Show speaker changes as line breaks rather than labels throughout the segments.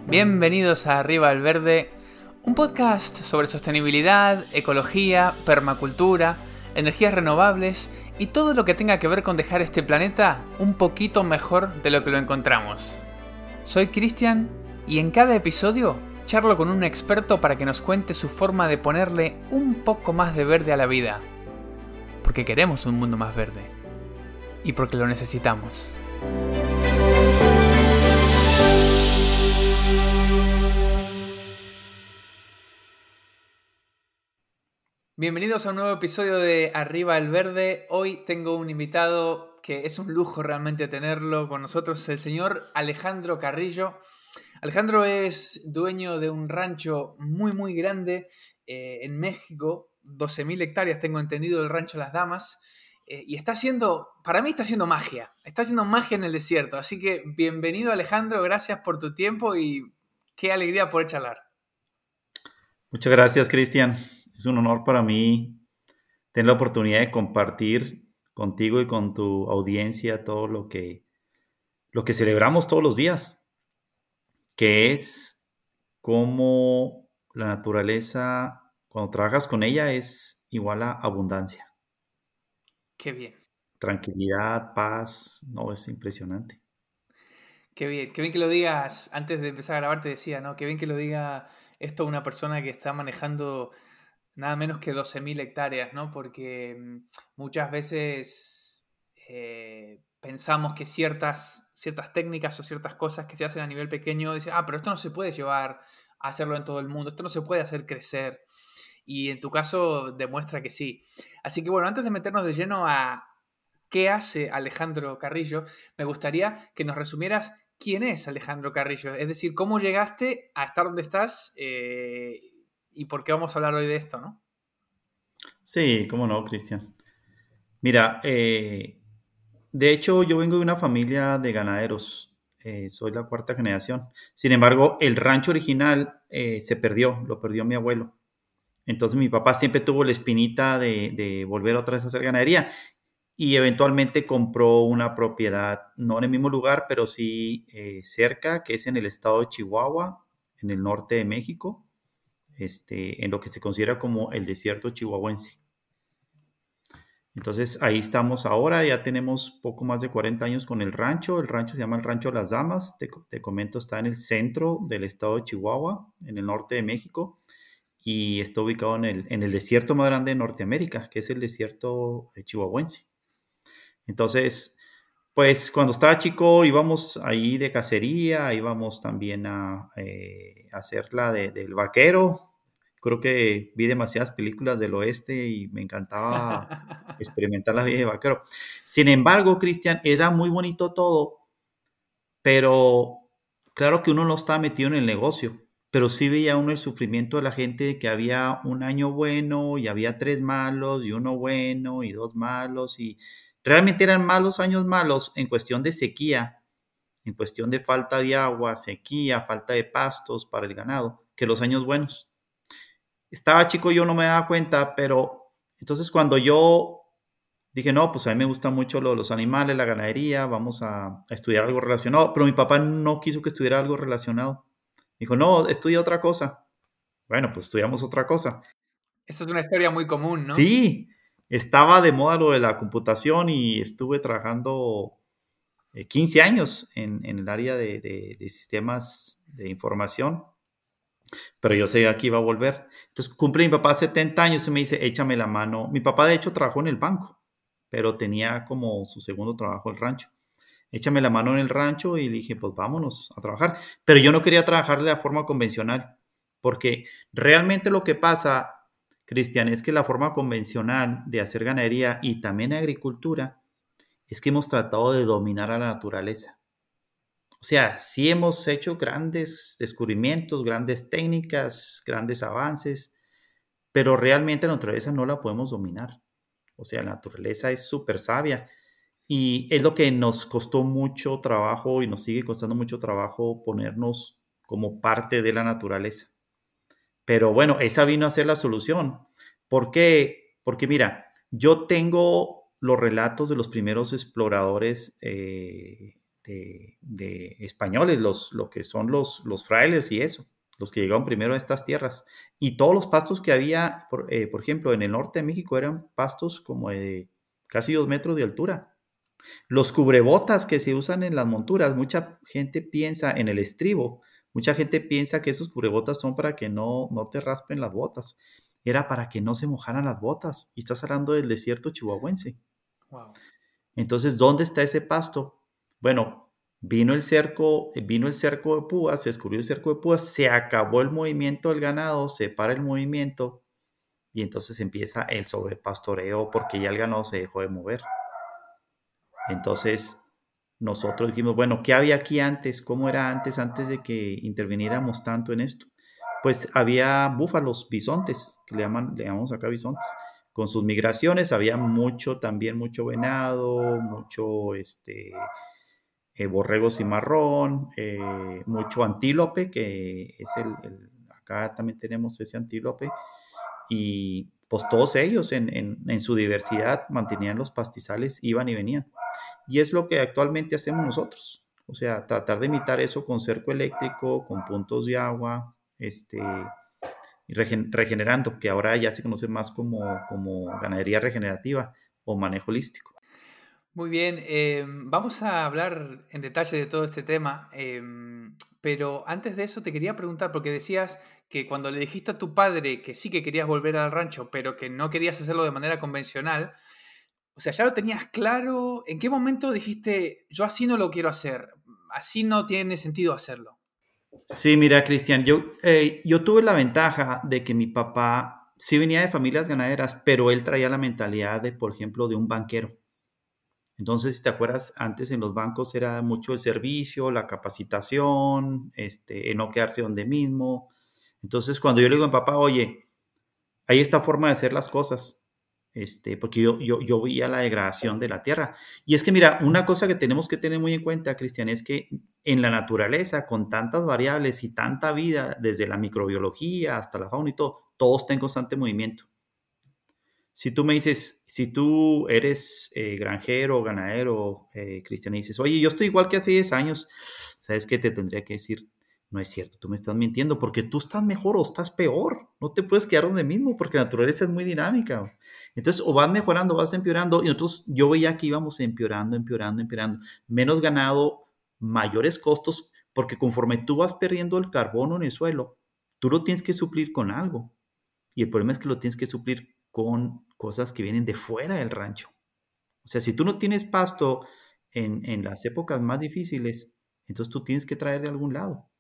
Bienvenidos a Arriba al Verde, un podcast sobre sostenibilidad, ecología, permacultura, energías renovables y todo lo que tenga que ver con dejar este planeta un poquito mejor de lo que lo encontramos. Soy Cristian y en cada episodio charlo con un experto para que nos cuente su forma de ponerle un poco más de verde a la vida. Porque queremos un mundo más verde y porque lo necesitamos. Bienvenidos a un nuevo episodio de Arriba al Verde. Hoy tengo un invitado que es un lujo realmente tenerlo con nosotros, el señor Alejandro Carrillo. Alejandro es dueño de un rancho muy grande en México, 12.000 hectáreas tengo entendido, el rancho Las Damas, y para mí está haciendo magia en el desierto. Así que bienvenido Alejandro, gracias por tu tiempo y qué alegría poder charlar.
Muchas gracias, Cristian. Es un honor para mí tener la oportunidad de compartir contigo y con tu audiencia todo lo que celebramos todos los días, que es cómo la naturaleza, cuando trabajas con ella, es igual a abundancia,
Qué bien.
tranquilidad, paz. No, es impresionante.
Qué bien que lo digas. Antes de empezar a grabar te decía, ¿no? Qué bien que lo diga esto una persona que está manejando nada menos que 12.000 hectáreas, ¿no? Porque muchas veces pensamos que ciertas técnicas o ciertas cosas que se hacen a nivel pequeño, dicen, pero esto no se puede llevar a hacerlo en todo el mundo, esto no se puede hacer crecer. Y en tu caso demuestra que sí. Así que bueno, antes de meternos de lleno a qué hace Alejandro Carrillo, me gustaría que nos resumieras quién es Alejandro Carrillo. Es decir, cómo llegaste a estar donde estás y por qué vamos a hablar hoy de esto, ¿no?
Sí, cómo no, Cristian. Mira, de hecho, yo vengo de una familia de ganaderos. Soy la cuarta generación. Sin embargo, el rancho original se perdió, lo perdió mi abuelo. Entonces mi papá siempre tuvo la espinita de volver otra vez a hacer ganadería y eventualmente compró una propiedad, no en el mismo lugar, pero sí cerca, que es en el estado de Chihuahua, en el norte de México, en lo que se considera como el desierto chihuahuense. Entonces ahí estamos ahora, ya tenemos poco más de 40 años con el rancho se llama el Rancho Las Damas, te comento, está en el centro del estado de Chihuahua, en el norte de México, y está ubicado en el desierto más grande de Norteamérica, que es el desierto chihuahuense. Entonces, pues cuando estaba chico íbamos ahí de cacería, íbamos también a hacer del vaquero. Creo que vi demasiadas películas del oeste y me encantaba experimentar la vida de vaquero. Sin embargo, Cristian, era muy bonito todo, pero claro que uno no estaba metido en el negocio, pero sí veía uno el sufrimiento de la gente, que había un año bueno y había 3 malos y uno bueno y 2 malos, y realmente eran malos años malos en cuestión de sequía, en cuestión de falta de agua, sequía, falta de pastos para el ganado, que los años buenos. Estaba chico, yo no me daba cuenta, pero entonces cuando yo dije, no, pues a mí me gustan mucho los animales, la ganadería, vamos a estudiar algo relacionado. Pero mi papá no quiso que estudiara algo relacionado. Dijo, no, estudia otra cosa. Bueno, pues estudiamos otra cosa.
Esa es una historia muy común, ¿no?
Sí, estaba de moda lo de la computación y estuve trabajando 15 años en el área de sistemas de información, pero yo sabía que iba a volver. Entonces cumple mi papá 70 años y me dice, échame la mano. Mi papá de hecho trabajó en el banco, pero tenía como su segundo trabajo el rancho. Échame la mano en el rancho y dije, pues vámonos a trabajar. Pero yo no quería trabajar de la forma convencional, porque realmente lo que pasa, Cristian, es que la forma convencional de hacer ganadería y también agricultura es que hemos tratado de dominar a la naturaleza. O sea, sí hemos hecho grandes descubrimientos, grandes técnicas, grandes avances, pero realmente la naturaleza no la podemos dominar. O sea, la naturaleza es súper sabia y es lo que nos costó mucho trabajo y nos sigue costando mucho trabajo ponernos como parte de la naturaleza. Pero bueno, esa vino a ser la solución. ¿Por qué? Porque mira, yo tengo los relatos de los primeros exploradores de españoles, lo que son los frailes y eso, los que llegaron primero a estas tierras. Y todos los pastos que había, por ejemplo, en el norte de México eran pastos como de casi 2 metros de altura. Los cubrebotas que se usan en las monturas, mucha gente piensa en el estribo, mucha gente piensa que esos cubrebbotas son para que no te raspen las botas. Era para que no se mojaran las botas. Y estás hablando del desierto chihuahuense.
Wow.
Entonces, ¿dónde está ese pasto? Bueno, vino el cerco de púas, se descubrió el cerco de púas, se acabó el movimiento del ganado, se para el movimiento y entonces empieza el sobrepastoreo porque ya el ganado se dejó de mover. Entonces, nosotros dijimos, bueno, ¿qué había aquí antes? ¿Cómo era antes de que interviniéramos tanto en esto? Pues había búfalos, bisontes, que le llamamos acá bisontes. Con sus migraciones había también mucho venado, mucho borrego cimarrón, mucho antílope, que es acá también tenemos ese antílope, y pues todos ellos en su diversidad mantenían los pastizales, iban y venían. Y es lo que actualmente hacemos nosotros. O sea, tratar de imitar eso con cerco eléctrico, con puntos de agua, y regenerando, que ahora ya se conoce más como ganadería regenerativa o manejo holístico.
Muy bien, vamos a hablar en detalle de todo este tema, pero antes de eso te quería preguntar, porque decías que cuando le dijiste a tu padre que sí que querías volver al rancho, pero que no querías hacerlo de manera convencional, o sea, ¿ya lo tenías claro? ¿En qué momento dijiste, yo así no lo quiero hacer, así no tiene sentido hacerlo?
Sí, mira, Cristian, yo tuve la ventaja de que mi papá sí venía de familias ganaderas, pero él traía la mentalidad de, por ejemplo, de un banquero. Entonces, si te acuerdas, antes en los bancos era mucho el servicio, la capacitación, el no quedarse donde mismo. Entonces, cuando yo le digo a mi papá, oye, hay esta forma de hacer las cosas, porque yo veía la degradación de la tierra. Y es que, mira, una cosa que tenemos que tener muy en cuenta, Cristian, es que en la naturaleza, con tantas variables y tanta vida, desde la microbiología hasta la fauna y todo está en constante movimiento. Si tú me dices, si tú eres granjero, ganadero, Cristian, y dices, oye, yo estoy igual que hace 10 años, ¿sabes qué? Te tendría que decir, no es cierto, tú me estás mintiendo porque tú estás mejor o estás peor. No te puedes quedar donde mismo porque la naturaleza es muy dinámica. Entonces, o vas mejorando, o vas empeorando. Y nosotros, yo veía que íbamos empeorando, empeorando, empeorando. Menos ganado, mayores costos, porque conforme tú vas perdiendo el carbono en el suelo, tú lo tienes que suplir con algo. Y el problema es que lo tienes que suplir con cosas que vienen de fuera del rancho. O sea, si tú no tienes pasto en las épocas más difíciles, entonces tú tienes que traer de algún lado.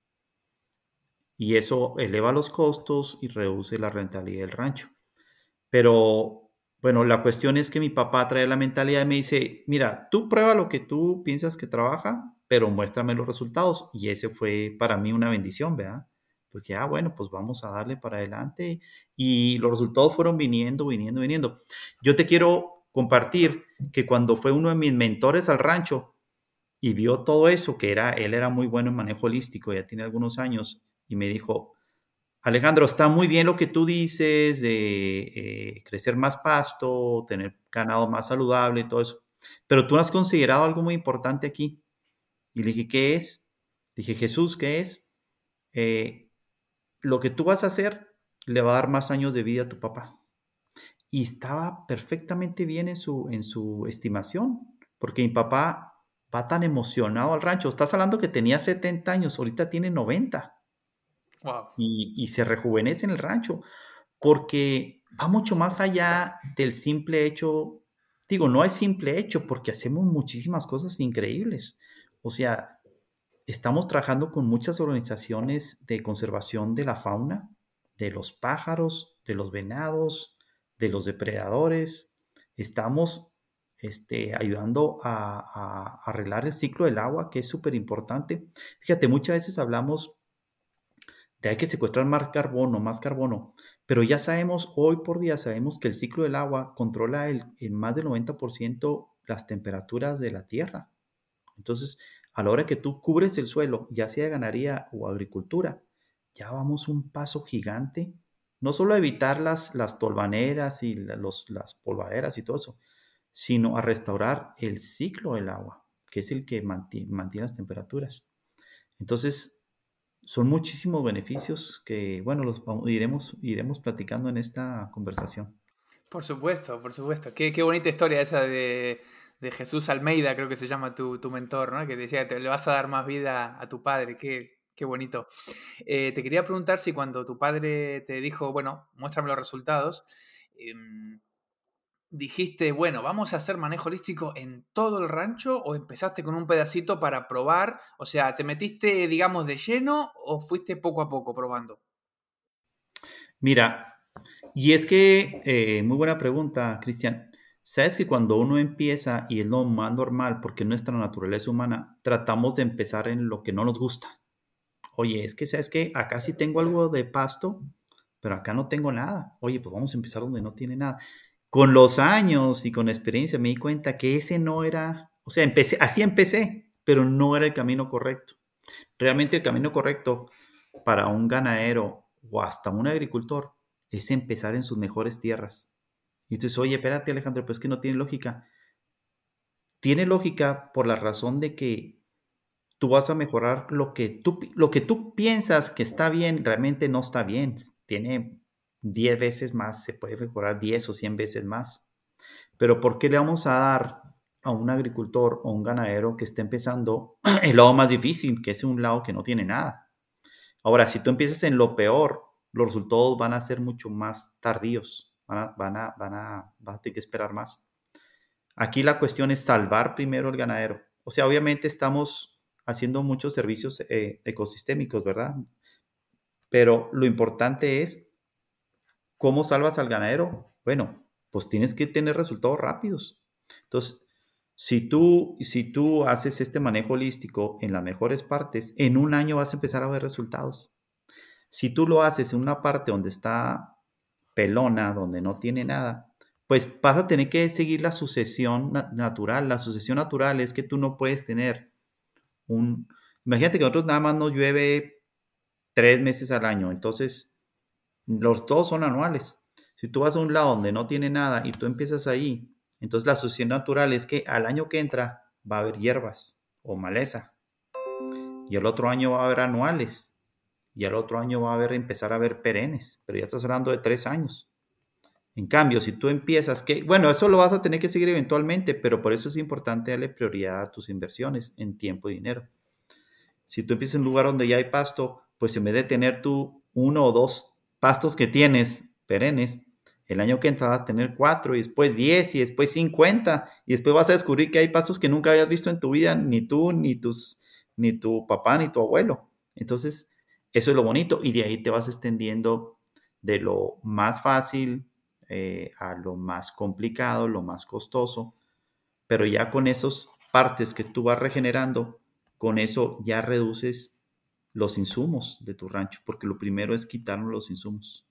Y eso eleva los costos y reduce la rentabilidad del rancho. Pero bueno, la cuestión es que mi papá trae la mentalidad y me dice, mira, tú prueba lo que tú piensas que trabaja, pero muéstrame los resultados. Y ese fue para mí una bendición, ¿verdad? Porque, bueno, pues vamos a darle para adelante. Y los resultados fueron viniendo, viniendo, viniendo. Yo te quiero compartir que cuando fue uno de mis mentores al rancho y vio todo eso, él era muy bueno en manejo holístico, ya tiene algunos años, y me dijo, Alejandro, está muy bien lo que tú dices de crecer más pasto, tener ganado más saludable y todo eso, pero tú no has considerado algo muy importante aquí. Y le dije, ¿qué es? Dije, Jesús, ¿qué es? Eh, lo que tú vas a hacer le va a dar más años de vida a tu papá. Y estaba perfectamente bien en su estimación, porque mi papá va tan emocionado al rancho. Estás hablando que tenía 70 años, ahorita tiene 90
Wow.
y se rejuvenece en el rancho, porque va mucho más allá del simple hecho, digo, no es simple hecho, porque hacemos muchísimas cosas increíbles. O sea, estamos trabajando con muchas organizaciones de conservación de la fauna, de los pájaros, de los venados, de los depredadores. Estamos ayudando a arreglar el ciclo del agua, que es súper importante. Fíjate, muchas veces hablamos de hay que secuestrar más carbono, pero ya sabemos, hoy por día sabemos que el ciclo del agua controla en más del 90% las temperaturas de la Tierra. Entonces, a la hora que tú cubres el suelo, ya sea ganadería o agricultura, ya vamos un paso gigante, no solo a evitar las tolvaneras y las polvaderas y todo eso, sino a restaurar el ciclo del agua. que es el que mantiene las temperaturas. Entonces, son muchísimos beneficios que, bueno, iremos platicando en esta conversación.
Por supuesto, por supuesto. Qué bonita historia esa de Jesús Almeida, creo que se llama tu mentor, ¿no? Que decía que le vas a dar más vida a tu padre. Qué bonito. Te quería preguntar si cuando tu padre te dijo, bueno, muéstrame los resultados, em, dijiste, bueno, vamos a hacer manejo holístico en todo el rancho o empezaste con un pedacito para probar, o sea, ¿te metiste, digamos, de lleno o fuiste poco a poco probando?
Mira, y es que, muy buena pregunta, Cristian. Sabes que cuando uno empieza, y es lo más normal, porque es nuestra naturaleza humana, tratamos de empezar en lo que no nos gusta. Oye, es que, ¿sabes qué? Acá sí tengo algo de pasto, pero acá no tengo nada. Oye, pues vamos a empezar donde no tiene nada. Con los años y con la experiencia me di cuenta que ese no era, o sea, así empecé, pero no era el camino correcto. Realmente el camino correcto para un ganadero o hasta un agricultor es empezar en sus mejores tierras. Y entonces, oye, espérate Alejandro, pues que no tiene lógica. Tiene lógica por la razón de que tú vas a mejorar lo que tú piensas que está bien, realmente no está bien. Tiene 10 veces más, se puede mejorar 10 o 100 veces más. Pero ¿por qué le vamos a dar a un agricultor o un ganadero que está empezando el lado más difícil, que es un lado que no tiene nada? Ahora, si tú empiezas en lo peor, los resultados van a ser mucho más tardíos, vas a tener que esperar más. Aquí la cuestión es salvar primero el ganadero. O sea, obviamente estamos haciendo muchos servicios ecosistémicos, ¿verdad? Pero lo importante es cómo salvas al ganadero. Bueno, pues tienes que tener resultados rápidos. Entonces, si tú haces este manejo holístico en las mejores partes, en un año vas a empezar a ver resultados. Si tú lo haces en una parte donde está pelona, donde no tiene nada, pues vas a tener que seguir la sucesión natural. La sucesión natural es que tú no puedes tener un... Imagínate que a nosotros nada más nos llueve 3 meses al año, entonces todos son anuales. Si tú vas a un lado donde no tiene nada y tú empiezas ahí, entonces la sucesión natural es que al año que entra va a haber hierbas o maleza y el otro año va a haber anuales y al otro año va a haber empezar a haber perennes, pero ya estás hablando de 3 años. En cambio, si tú empiezas, bueno, eso lo vas a tener que seguir eventualmente, pero por eso es importante darle prioridad a tus inversiones en tiempo y dinero. Si tú empiezas en un lugar donde ya hay pasto, pues en vez de tener tú uno o dos pastos que tienes perennes, el año que entra vas a tener 4 y después 10 y después 50 y después vas a descubrir que hay pastos que nunca habías visto en tu vida, ni tú, ni tu papá, ni tu abuelo. Entonces, eso es lo bonito y de ahí te vas extendiendo de lo más fácil a lo más complicado, lo más costoso, pero ya con esas partes que tú vas regenerando, con eso ya reduces los insumos de tu rancho, porque lo primero es quitarnos los insumos.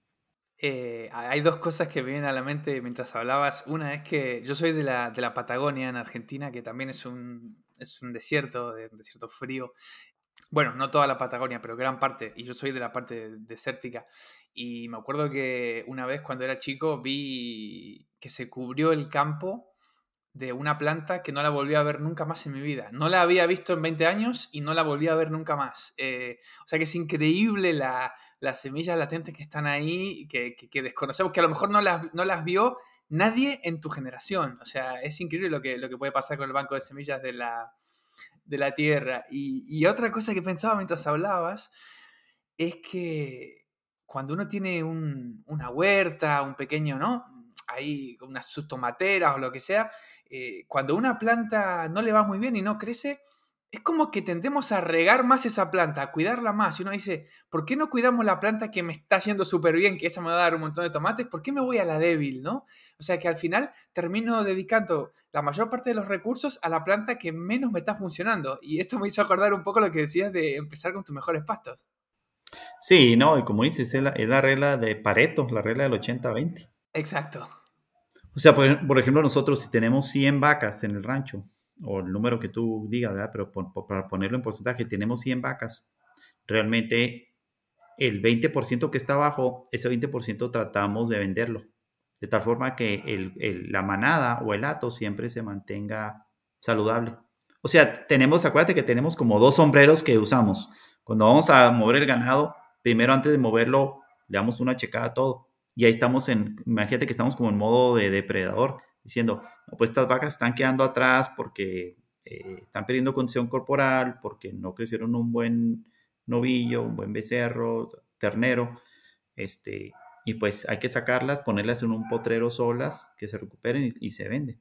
Hay dos cosas que me vienen a la mente mientras hablabas. Una es que yo soy de la Patagonia, en Argentina, que también es un desierto, un desierto frío. Bueno, no toda la Patagonia, pero gran parte. Y yo soy de la parte desértica. Y me acuerdo que una vez cuando era chico vi que se cubrió el campo de una planta que no la volví a ver nunca más en mi vida. No la había visto en 20 años y no la volví a ver nunca más. O sea que es increíble las semillas latentes que están ahí, que desconocemos, que a lo mejor no las vio nadie en tu generación. O sea, es increíble lo que puede pasar con el banco de semillas de la Tierra. Y otra cosa que pensaba mientras hablabas es que cuando uno tiene una huerta, un pequeño, ¿no? Ahí unas sus tomateras o lo que sea, cuando una planta no le va muy bien y no crece, es como que tendemos a regar más esa planta, a cuidarla más. Y uno dice, ¿por qué no cuidamos la planta que me está yendo súper bien, que esa me va a dar un montón de tomates? ¿Por qué me voy a la débil, no? O sea que al final termino dedicando la mayor parte de los recursos a la planta que menos me está funcionando. Y esto me hizo acordar un poco lo que decías de empezar con tus mejores pastos.
Sí, no, y como dices, es la regla de Pareto, la regla del 80-20.
Exacto.
O sea, por ejemplo, nosotros si tenemos 100 vacas en el rancho, o el número que tú digas, ¿verdad? Pero para ponerlo en porcentaje, tenemos 100 vacas. Realmente el 20% que está abajo, ese 20% tratamos de venderlo, de tal forma que la manada o el hato siempre se mantenga saludable. O sea, acuérdate que tenemos como dos sombreros que usamos. Cuando vamos a mover el ganado, primero antes de moverlo, le damos una checada a todo. Y ahí estamos imagínate que estamos como en modo de depredador, diciendo, no, pues estas vacas están quedando atrás porque están perdiendo condición corporal, porque no crecieron un buen novillo, un buen becerro, ternero, y pues hay que sacarlas, ponerlas en un potrero solas, que se recuperen y se venden.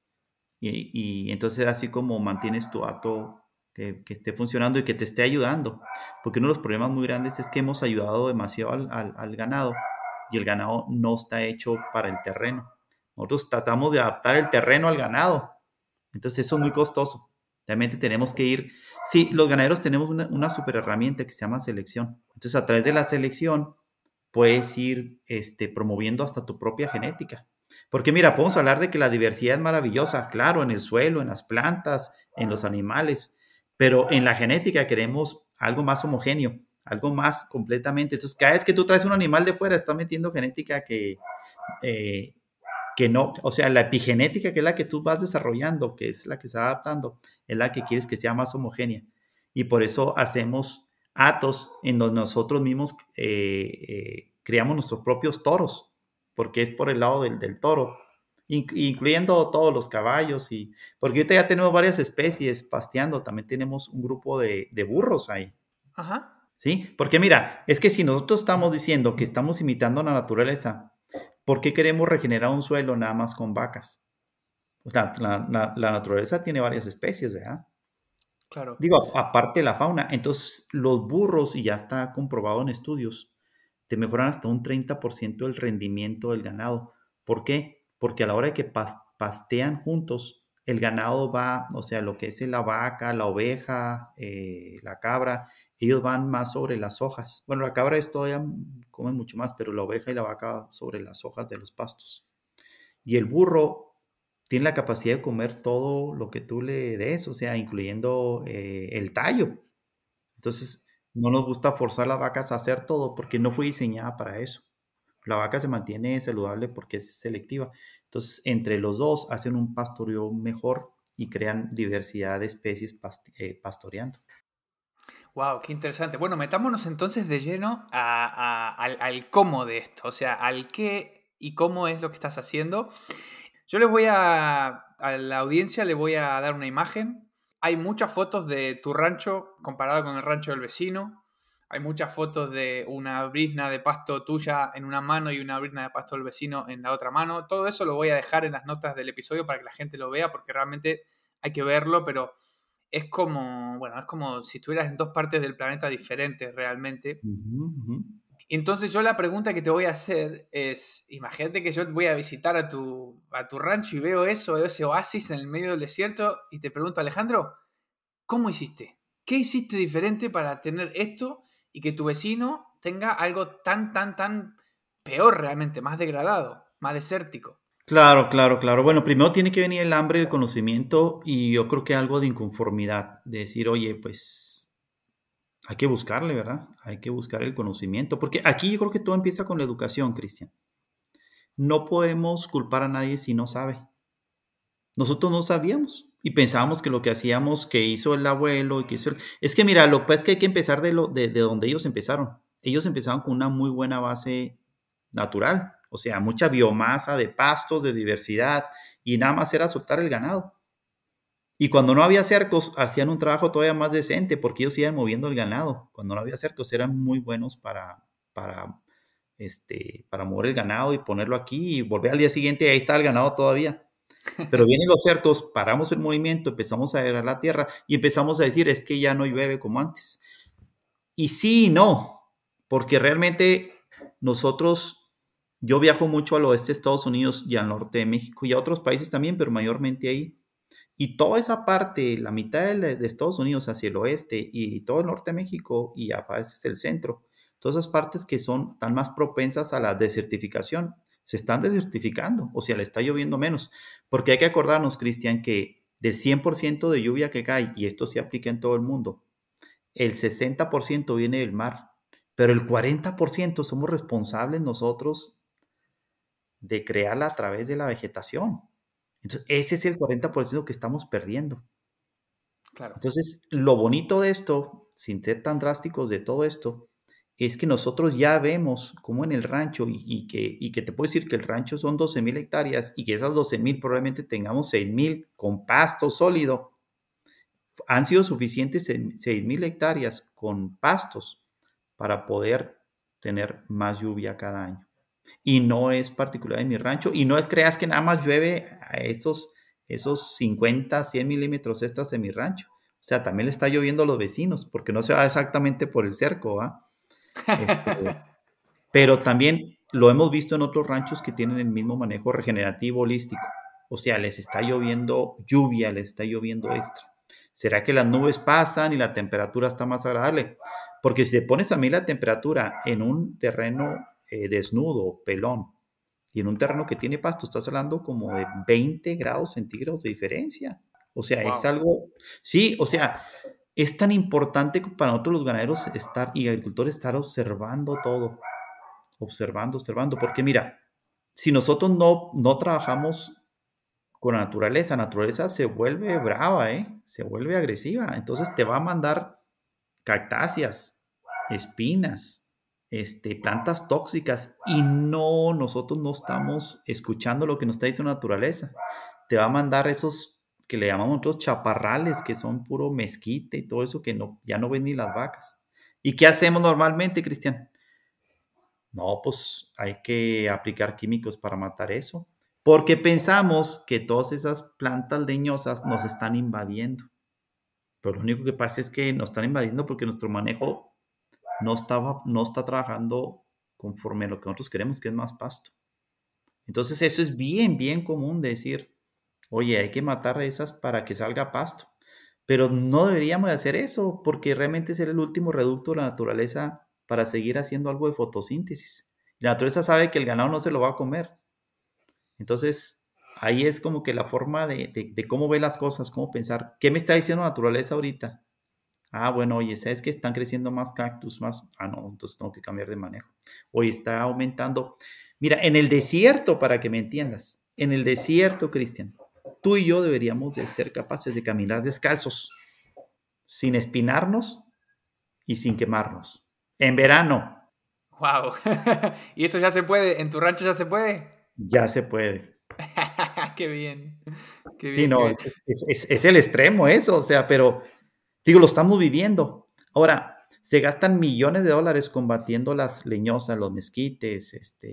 Y entonces así como mantienes tu hato que esté funcionando y que te esté ayudando. Porque uno de los problemas muy grandes es que hemos ayudado demasiado al ganado y el ganado no está hecho para el terreno. Nosotros tratamos de adaptar el terreno al ganado. Entonces eso es muy costoso. Realmente tenemos que ir. Sí, los ganaderos tenemos una super herramienta que se llama selección. Entonces a través de la selección puedes ir promoviendo hasta tu propia genética. Porque mira, podemos hablar de que la diversidad es maravillosa, claro, en el suelo, en las plantas, en los animales, pero en la genética queremos algo más homogéneo, algo más completamente. Entonces, cada vez que tú traes un animal de fuera, estás metiendo genética eh, que no, o sea, la epigenética, que es la que tú vas desarrollando, que es la que se va adaptando, es la que quieres que sea más homogénea. Y por eso hacemos atos en donde nosotros mismos creamos nuestros propios toros, porque es por el lado del toro, incluyendo todos los caballos. Porque ahorita ya tenemos varias especies pasteando, también tenemos un grupo de burros ahí.
Ajá.
¿Sí? Porque mira, es que si nosotros estamos diciendo que estamos imitando a la naturaleza, ¿por qué queremos regenerar un suelo nada más con vacas? Pues la naturaleza tiene varias especies, ¿verdad?
Claro.
Digo, aparte de la fauna. Entonces, los burros, y ya está comprobado en estudios, te mejoran hasta un 30% el rendimiento del ganado. ¿Por qué? Porque a la hora de que pastean juntos, el ganado va, o sea, lo que es la vaca, la oveja, la cabra, ellos van más sobre las hojas. Bueno, la cabra es todavía comen mucho más, pero la oveja y la vaca sobre las hojas de los pastos. Y el burro tiene la capacidad de comer todo lo que tú le des, o sea, incluyendo el tallo. Entonces, no nos gusta forzar las vacas a hacer todo porque no fue diseñada para eso. La vaca se mantiene saludable porque es selectiva. Entonces, entre los dos hacen un pastoreo mejor y crean diversidad de especies pastoreando.
Wow, qué interesante. Bueno, metámonos entonces de lleno al cómo de esto, o sea, al qué y cómo es lo que estás haciendo. Yo a la audiencia le voy a dar una imagen. Hay muchas fotos de tu rancho comparado con el rancho del vecino. Hay muchas fotos de una brizna de pasto tuya en una mano y una brizna de pasto del vecino en la otra mano. Todo eso lo voy a dejar en las notas del episodio para que la gente lo vea porque realmente hay que verlo, pero es como, bueno, es como si estuvieras en dos partes del planeta diferentes realmente.
Ujú, ujú.
Entonces yo la pregunta que te voy a hacer es, imagínate que yo voy a visitar a tu rancho y veo eso, veo ese oasis en el medio del desierto y te pregunto, Alejandro, ¿cómo hiciste? ¿Qué hiciste diferente para tener esto y que tu vecino tenga algo tan peor realmente, más degradado, más desértico?
Claro, claro, claro. Bueno, primero tiene que venir el hambre, el conocimiento y yo creo que algo de inconformidad, de decir, oye, pues hay que buscarle, ¿verdad? Hay que buscar el conocimiento, porque aquí yo creo que todo empieza con la educación, Cristian. No podemos culpar a nadie si no sabe. Nosotros no sabíamos y pensábamos que lo que hacíamos, que hizo el abuelo y que hizo Es que mira, lo que pasa es que hay que empezar de donde ellos empezaron. Ellos empezaron con una muy buena base natural, o sea, mucha biomasa de pastos, de diversidad, y nada más era soltar el ganado. Y cuando no había cercos, hacían un trabajo todavía más decente porque ellos iban moviendo el ganado. Cuando no había cercos, eran muy buenos para, para mover el ganado y ponerlo aquí y volver al día siguiente y ahí está el ganado todavía. Pero vienen los cercos, paramos el movimiento, empezamos a arar la tierra y empezamos a decir, es que ya no llueve como antes. Y sí y no, porque realmente nosotros, yo viajo mucho al oeste de Estados Unidos y al norte de México y a otros países también, pero mayormente ahí. Y toda esa parte, la mitad de Estados Unidos hacia el oeste y todo el norte de México y a veces el centro, todas esas partes que son tan más propensas a la desertificación, se están desertificando, o sea, le está lloviendo menos. Porque hay que acordarnos, Cristian, que del 100% de lluvia que cae, y esto se aplica en todo el mundo, el 60% viene del mar, pero el 40% somos responsables nosotros de crearla a través de la vegetación. Entonces, ese es el 40% que estamos perdiendo.
Claro.
Entonces, lo bonito de esto, sin ser tan drásticos de todo esto, es que nosotros ya vemos cómo en el rancho, y que te puedo decir que el rancho son 12,000 hectáreas y que esas 12,000 probablemente tengamos 6,000 con pasto sólido. Han sido suficientes 6,000 hectáreas con pastos para poder tener más lluvia cada año. Y no es particular de mi rancho. Y no creas que nada más llueve a esos 50, 100 milímetros extras de mi rancho. O sea, también le está lloviendo a los vecinos, porque no se va exactamente por el cerco, ¿va? Este, pero también lo hemos visto en otros ranchos que tienen el mismo manejo regenerativo holístico. O sea, les está lloviendo lluvia, les está lloviendo extra. ¿Será que las nubes pasan y la temperatura está más agradable? Porque si te pones a mí la temperatura en un terreno desnudo, pelón, y en un terreno que tiene pasto, estás hablando como de 20 grados centígrados de diferencia. O sea, es
Wow.
algo, sí, o sea, es tan importante para nosotros los ganaderos estar y agricultores estar observando todo, observando, observando, porque mira, si nosotros no trabajamos con la naturaleza se vuelve brava, ¿eh? Se vuelve agresiva, entonces te va a mandar cactáceas, espinas, plantas tóxicas y no, nosotros no estamos escuchando lo que nos está diciendo la naturaleza. Te va a mandar esos que le llamamos nosotros chaparrales, que son puro mezquite y todo eso que no, ya no ven ni las vacas. ¿Y qué hacemos normalmente, Cristian? No, pues hay que aplicar químicos para matar eso, porque pensamos que todas esas plantas leñosas nos están invadiendo. Pero lo único que pasa es que nos están invadiendo porque nuestro manejo no está trabajando conforme a lo que nosotros queremos, que es más pasto. Entonces eso es bien, bien común de decir, oye, hay que matar a esas para que salga pasto. Pero no deberíamos de hacer eso porque realmente es el último reducto de la naturaleza para seguir haciendo algo de fotosíntesis. La naturaleza sabe que el ganado no se lo va a comer. Entonces, ahí es como que la forma de cómo ve las cosas, cómo pensar. ¿Qué me está diciendo la naturaleza ahorita? Ah, bueno, oye, ¿sabes que están creciendo más cactus, más? Ah, no, entonces tengo que cambiar de manejo. Oye, está aumentando. Mira, en el desierto, para que me entiendas, en el desierto, Cristian, tú y yo deberíamos de ser capaces de caminar descalzos, sin espinarnos y sin quemarnos. En verano,
Wow. ¿Y eso ya se puede? ¿En tu rancho ya se puede?
ya se puede.
Qué bien. Qué
Sí,
bien, qué
no,
bien.
es el extremo eso, o sea, pero digo, lo estamos viviendo. Ahora, se gastan millones de dólares combatiendo las leñosas, los mezquites,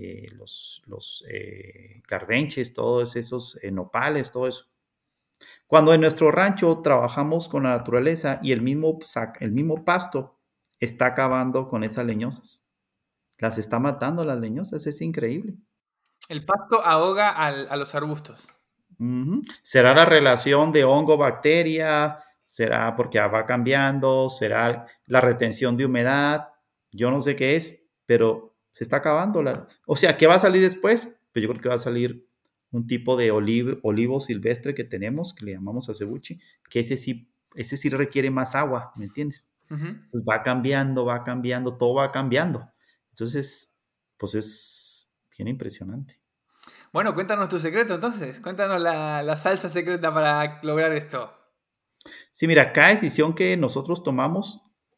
los cardenches, todos esos nopales, todo eso. Cuando en nuestro rancho trabajamos con la naturaleza y el mismo pasto está acabando con esas leñosas. Las está matando las leñosas, es increíble.
El pasto ahoga a los arbustos.
Ujú. ¿Será la relación de hongo-bacteria? ¿Será porque va cambiando? ¿Será la retención de humedad? Yo no sé qué es, pero se está acabando. O sea, ¿qué va a salir después? Pues yo creo que va a salir un tipo de olivo silvestre que tenemos, que le llamamos acebuche, que ese sí requiere más agua, ¿me entiendes?
Ujú.
Pues va cambiando, todo va cambiando. Entonces, pues es bien impresionante.
Bueno, cuéntanos tu secreto entonces. Cuéntanos la salsa secreta para lograr esto.
Sí, mira, cada decisión que nosotros tomamos,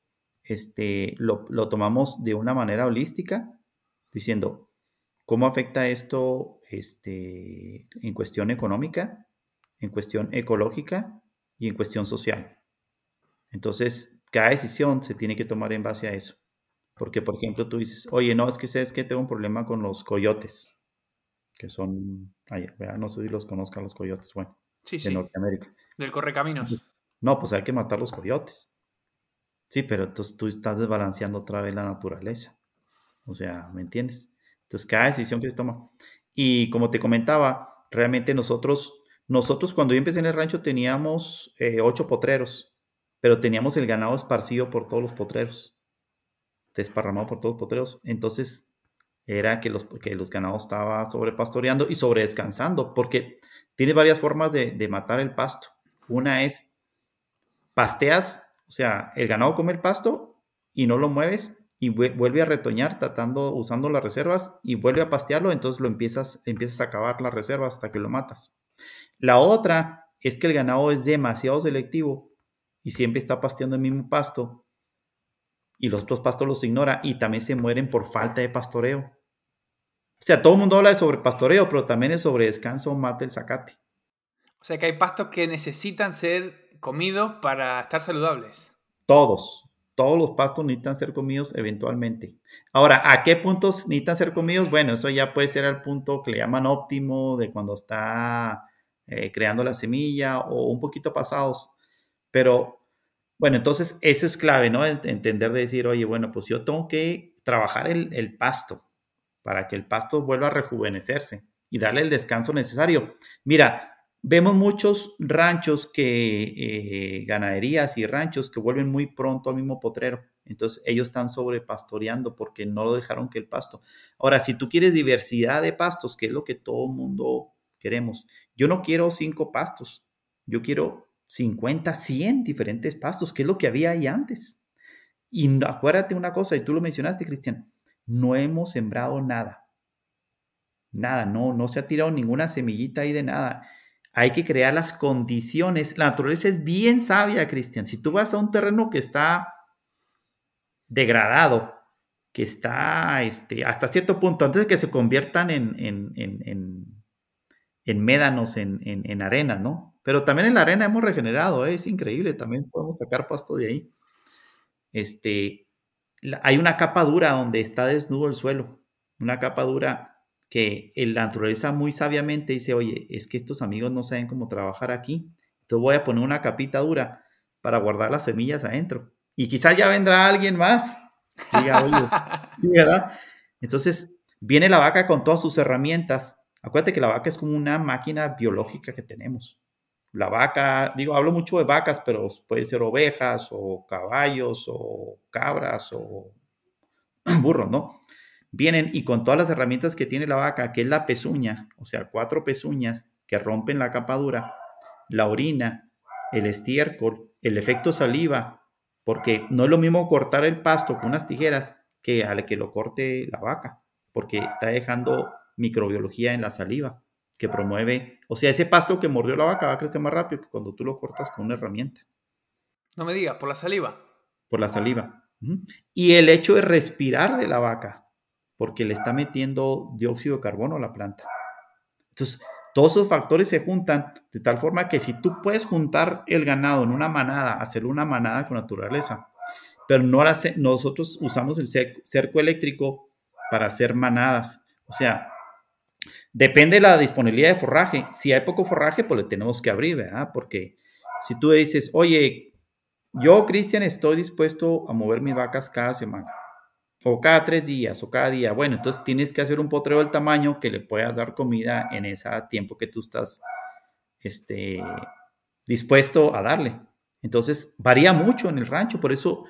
lo tomamos de una manera holística, diciendo, ¿cómo afecta esto, en cuestión económica, en cuestión ecológica y en cuestión social? Entonces, cada decisión se tiene que tomar en base a eso. Porque, por ejemplo, tú dices, oye, no, es que sabes que tengo un problema con los coyotes, que son, no sé si los conozcan los coyotes, bueno,
Sí,
de
sí.
Norteamérica.
Del correcaminos.
No, pues hay que matar los coyotes. Sí, pero entonces tú estás desbalanceando otra vez la naturaleza. O sea, ¿me entiendes? Entonces, cada decisión que se toma. Y como te comentaba, realmente nosotros cuando yo empecé en el rancho teníamos 8 potreros, pero teníamos el ganado esparcido por todos los potreros, desparramado por todos los potreros. Entonces, era que los ganados estaban sobrepastoreando y sobredescansando, porque tiene varias formas de matar el pasto. Una es pasteas, o sea, el ganado come el pasto y no lo mueves y vuelve a retoñar usando las reservas y vuelve a pastearlo, entonces empiezas a acabar las reservas hasta que lo matas. La otra es que el ganado es demasiado selectivo y siempre está pasteando el mismo pasto y los otros pastos los ignora y también se mueren por falta de pastoreo. O sea, todo el mundo habla de sobrepastoreo, pero también el sobredescanso mata el zacate.
O sea que hay pastos que necesitan ser comidos para estar saludables.
Todos los pastos necesitan ser comidos eventualmente. Ahora, ¿a qué puntos necesitan ser comidos? Bueno, eso ya puede ser al punto que le llaman óptimo, de cuando está creando la semilla o un poquito pasados. Pero bueno, entonces eso es clave, ¿no? Entender de decir, oye, bueno, pues yo tengo que trabajar el pasto para que el pasto vuelva a rejuvenecerse y darle el descanso necesario. Mira, vemos muchos ranchos ganaderías y ranchos que vuelven muy pronto al mismo potrero. Entonces ellos están sobrepastoreando porque no lo dejaron que el pasto. Ahora, si tú quieres diversidad de pastos, que es lo que todo mundo queremos, yo no quiero 5 pastos, yo quiero 50, 100 diferentes pastos, que es lo que había ahí antes. Y acuérdate una cosa, y tú lo mencionaste, Cristian, no hemos sembrado nada. Nada, no se ha tirado ninguna semillita ahí de nada. Hay que crear las condiciones. La naturaleza es bien sabia, Cristian. Si tú vas a un terreno que está degradado, que está hasta cierto punto, antes de que se conviertan en médanos, en arena, ¿no? Pero también en la arena hemos regenerado, ¿eh? Es increíble, también podemos sacar pasto de ahí. Este, hay una capa dura donde está desnudo el suelo, una capa dura que la naturaleza muy sabiamente dice, oye, es que estos amigos no saben cómo trabajar aquí, entonces voy a poner una capita dura para guardar las semillas adentro. Y quizás ya vendrá alguien más, diga, oye, sí, ¿verdad? Entonces viene la vaca con todas sus herramientas. Acuérdate que la vaca es como una máquina biológica que tenemos. La vaca, digo, hablo mucho de vacas, pero puede ser ovejas o caballos o cabras o burros, ¿no? Vienen y con todas las herramientas que tiene la vaca, que es la pezuña, o sea, 4 pezuñas que rompen la capa dura, la orina, el estiércol, el efecto saliva, porque no es lo mismo cortar el pasto con unas tijeras que al que lo corte la vaca, porque está dejando microbiología en la saliva que promueve, o sea, ese pasto que mordió la vaca va a crecer más rápido que cuando tú lo cortas con una herramienta,
No me digas, por la saliva.
por la saliva. Y el hecho de respirar de la vaca, porque le está metiendo dióxido de carbono a la planta. Entonces, todos esos factores se juntan de tal forma que si tú puedes juntar el ganado en una manada, hacer una manada con naturaleza, pero no nosotros usamos el cerco eléctrico para hacer manadas. O sea, depende de la disponibilidad de forraje. Si hay poco forraje, pues le tenemos que abrir, ¿verdad? Porque si tú dices, oye, yo, Cristian, estoy dispuesto a mover mis vacas cada semana, o cada 3 días, o cada día. Bueno, entonces tienes que hacer un potrero del tamaño que le puedas dar comida en ese tiempo que tú estás este, dispuesto a darle. Entonces, varía mucho en el rancho, por eso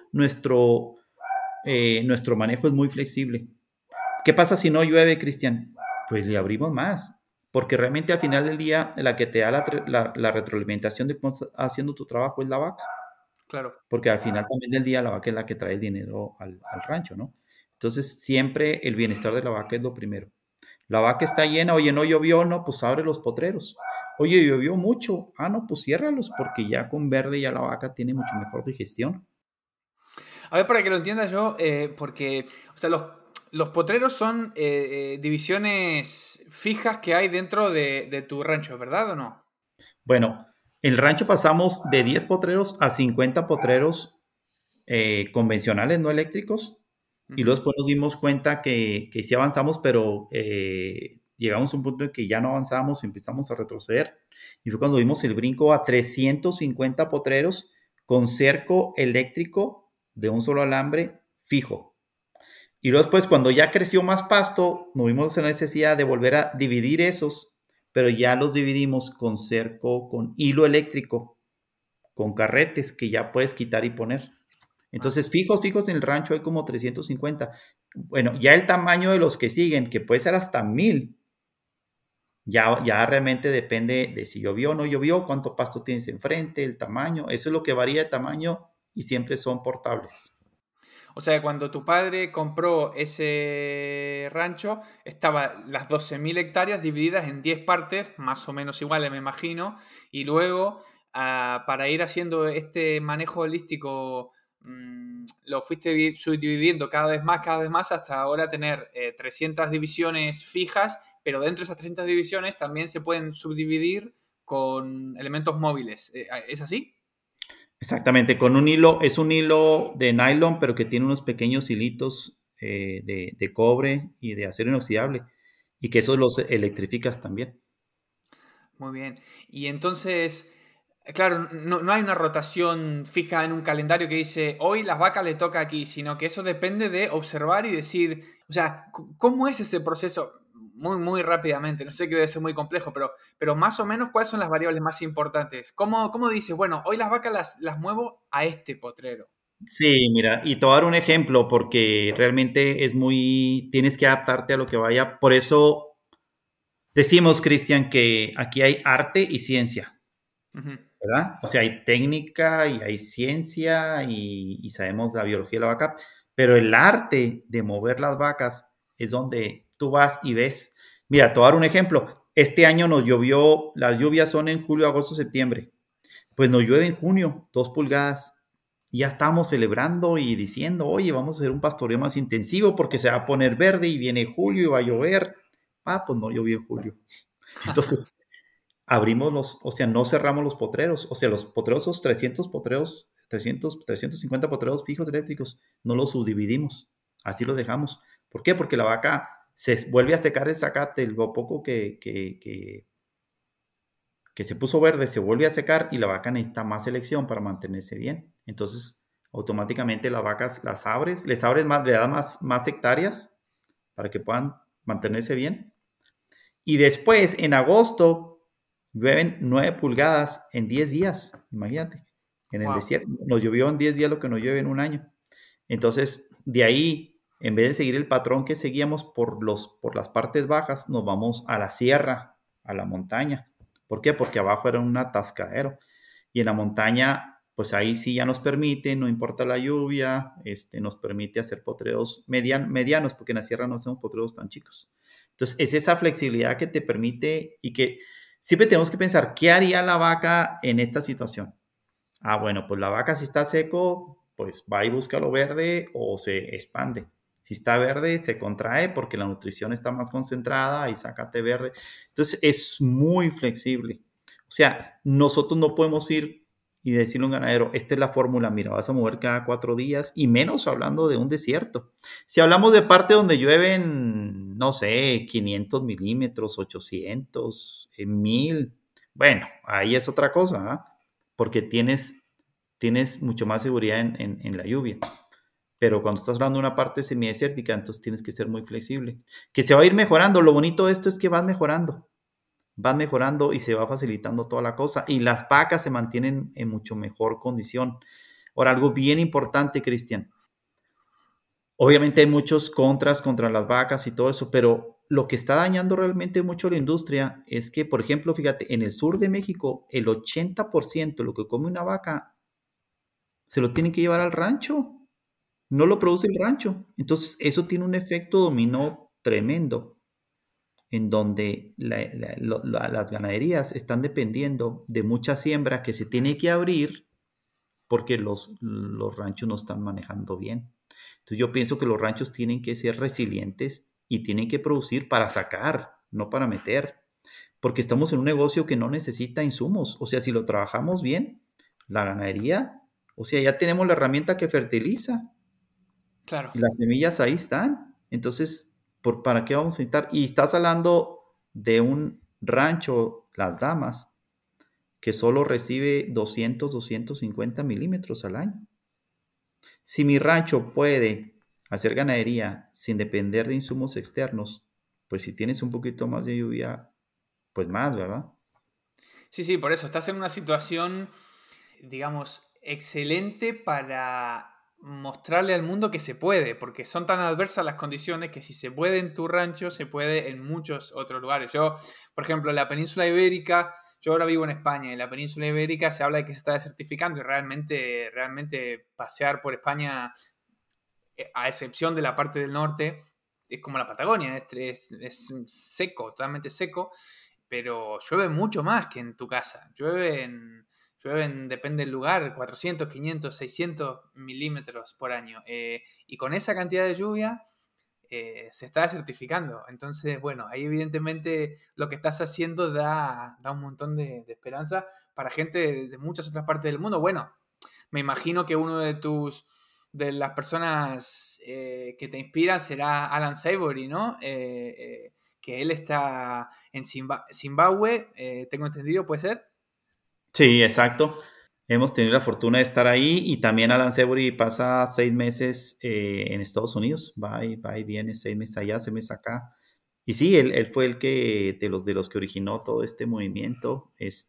nuestro manejo es muy flexible. ¿Qué pasa si no llueve, Cristian? Pues le abrimos más, porque realmente al final del día la que te da la retroalimentación de cómo estás haciendo tu trabajo es la vaca,
Claro.
porque al final también del día la vaca es la que trae el dinero al rancho, ¿no? Entonces siempre el bienestar de la vaca es lo primero. La vaca está llena, oye, no llovió, no, pues abre los potreros. Oye, llovió mucho, no, pues ciérralos, porque ya con verde ya la vaca tiene mucho mejor digestión.
A ver, para que lo entienda yo, porque, o sea, los potreros son divisiones fijas que hay dentro de tu rancho, ¿verdad o no?
Bueno, el rancho pasamos de 10 potreros a 50 potreros convencionales, no eléctricos, y luego
Ujú.
después nos dimos cuenta que sí avanzamos, pero llegamos a un punto en que ya no avanzamos y empezamos a retroceder. Y fue cuando dimos el brinco a 350 potreros con cerco eléctrico de un solo alambre fijo. Y luego después, cuando ya creció más pasto, nos vimos en la necesidad de volver a dividir esos, pero ya los dividimos con cerco, con hilo eléctrico, con carretes que ya puedes quitar y poner.
Ah.
Entonces, fijos en el rancho hay como 350. Bueno, ya el tamaño de los que siguen, que puede ser hasta 1000, ya realmente depende de si llovió o no llovió, cuánto pasto tienes enfrente, el tamaño. Eso es lo que varía de tamaño y siempre son portables.
O sea, cuando tu padre compró ese rancho, estaba las 12.000 hectáreas divididas en 10 partes, más o menos iguales, me imagino, y luego para ir haciendo este manejo holístico, lo fuiste subdividiendo cada vez más, hasta ahora tener 300 divisiones fijas, pero dentro de esas 300 divisiones también se pueden subdividir con elementos móviles. ¿Es así?
Exactamente, con un hilo, es un hilo de nylon, pero que tiene unos pequeños hilitos de cobre y de acero inoxidable, y que esos los electrificas también.
Muy bien. Y entonces, claro, no hay una rotación fija en un calendario que dice hoy las vacas le toca aquí, sino que eso depende de observar y decir, o sea, ¿cómo es ese proceso? Muy, muy rápidamente, no sé que debe ser muy complejo, pero más o menos, ¿cuáles son las variables más importantes? ¿Cómo dices, bueno, hoy las vacas las muevo a este potrero?
Sí, mira, y te voy a dar un ejemplo porque realmente es muy, tienes que adaptarte a lo que vaya. Por eso decimos, Cristian, que aquí hay arte y ciencia,
Ujú.
¿verdad? O sea, hay técnica y hay ciencia y sabemos la biología de la vaca, pero el arte de mover las vacas es donde tú vas y ves. Mira, te voy a dar un ejemplo. Este año nos llovió, las lluvias son en julio, agosto, septiembre. Pues nos llueve en junio, 2 pulgadas. Y ya estamos celebrando y diciendo, oye, vamos a hacer un pastoreo más intensivo porque se va a poner verde y viene julio y va a llover. Ah, pues no llovió en julio. Entonces, abrimos o sea, no cerramos los potreros. O sea, los potreros, esos 300 potreros, 350 potreros fijos eléctricos, no los subdividimos. Así los dejamos. ¿Por qué? Porque la vaca se vuelve a secar el zacate, lo poco que se puso verde se vuelve a secar y la vaca necesita más selección para mantenerse bien. Entonces, automáticamente las vacas las abres, les abres más, le das más hectáreas para que puedan mantenerse bien. Y después, en agosto, llueven 9 pulgadas en 10 días. Imagínate, en el
Wow.
desierto. Nos llovió en 10 días lo que nos llueve en un año. Entonces, de ahí, en vez de seguir el patrón que seguíamos por las partes bajas, nos vamos a la sierra, a la montaña. ¿Por qué? Porque abajo era un atascadero. Y en la montaña, pues ahí sí ya nos permite, no importa la lluvia, nos permite hacer potreos medianos, porque en la sierra no hacemos potreos tan chicos. Entonces, es esa flexibilidad que te permite y que siempre tenemos que pensar, ¿qué haría la vaca en esta situación? Ah, bueno, pues la vaca si está seco, pues va y busca lo verde o se expande. Si está verde, se contrae porque la nutrición está más concentrada y saca té verde. Entonces es muy flexible. O sea, nosotros no podemos ir y decirle a un ganadero, esta es la fórmula, mira, vas a mover cada 4 días y menos hablando de un desierto. Si hablamos de parte donde llueven, no sé, 500 milímetros, 800, 1000, bueno, ahí es otra cosa, ¿ah? Porque tienes mucho más seguridad en la lluvia. Pero cuando estás hablando de una parte semidesértica, entonces tienes que ser muy flexible. Que se va a ir mejorando. Lo bonito de esto es que vas mejorando y se va facilitando toda la cosa. Y las vacas se mantienen en mucho mejor condición. Ahora, algo bien importante, Cristian. Obviamente hay muchos contras contra las vacas y todo eso, pero lo que está dañando realmente mucho la industria es que, por ejemplo, fíjate, en el sur de México, el 80% de lo que come una vaca se lo tienen que llevar al rancho, no lo produce el rancho. Entonces, eso tiene un efecto dominó tremendo, en donde las ganaderías están dependiendo de mucha siembra que se tiene que abrir porque los ranchos no están manejando bien. Entonces, yo pienso que los ranchos tienen que ser resilientes y tienen que producir para sacar, no para meter, porque estamos en un negocio que no necesita insumos. O sea, si lo trabajamos bien, la ganadería, o sea, ya tenemos la herramienta que fertiliza.
Claro.
Y las semillas ahí están. Entonces, ¿para qué vamos a necesitar? Y estás hablando de un rancho, Las Damas, que solo recibe 250 milímetros al año. Si mi rancho puede hacer ganadería sin depender de insumos externos, pues si tienes un poquito más de lluvia, pues más, ¿verdad?
Sí, sí, por eso estás en una situación, digamos, excelente para mostrarle al mundo que se puede, porque son tan adversas las condiciones que si se puede en tu rancho, se puede en muchos otros lugares. Yo, por ejemplo, en la península ibérica, yo ahora vivo en España, y en la península ibérica se habla de que se está desertificando y realmente pasear por España, a excepción de la parte del norte, es como la Patagonia, es seco, totalmente seco, pero llueve mucho más que en tu casa. llueven, depende del lugar, 400, 500, 600 milímetros por año. Y con esa cantidad de lluvia se está certificando. Entonces, bueno, ahí evidentemente lo que estás haciendo da un montón de esperanza para gente de muchas otras partes del mundo. Bueno, me imagino que uno de las personas que te inspiran será Alan Savory, ¿no? Que él está en Zimbabue, tengo entendido, ¿puede ser?
Sí, exacto. Hemos tenido la fortuna de estar ahí y también Alan Savory pasa 6 meses en Estados Unidos, va y viene 6 meses allá, 6 meses acá. Y sí, él fue el que, de los que originó todo este movimiento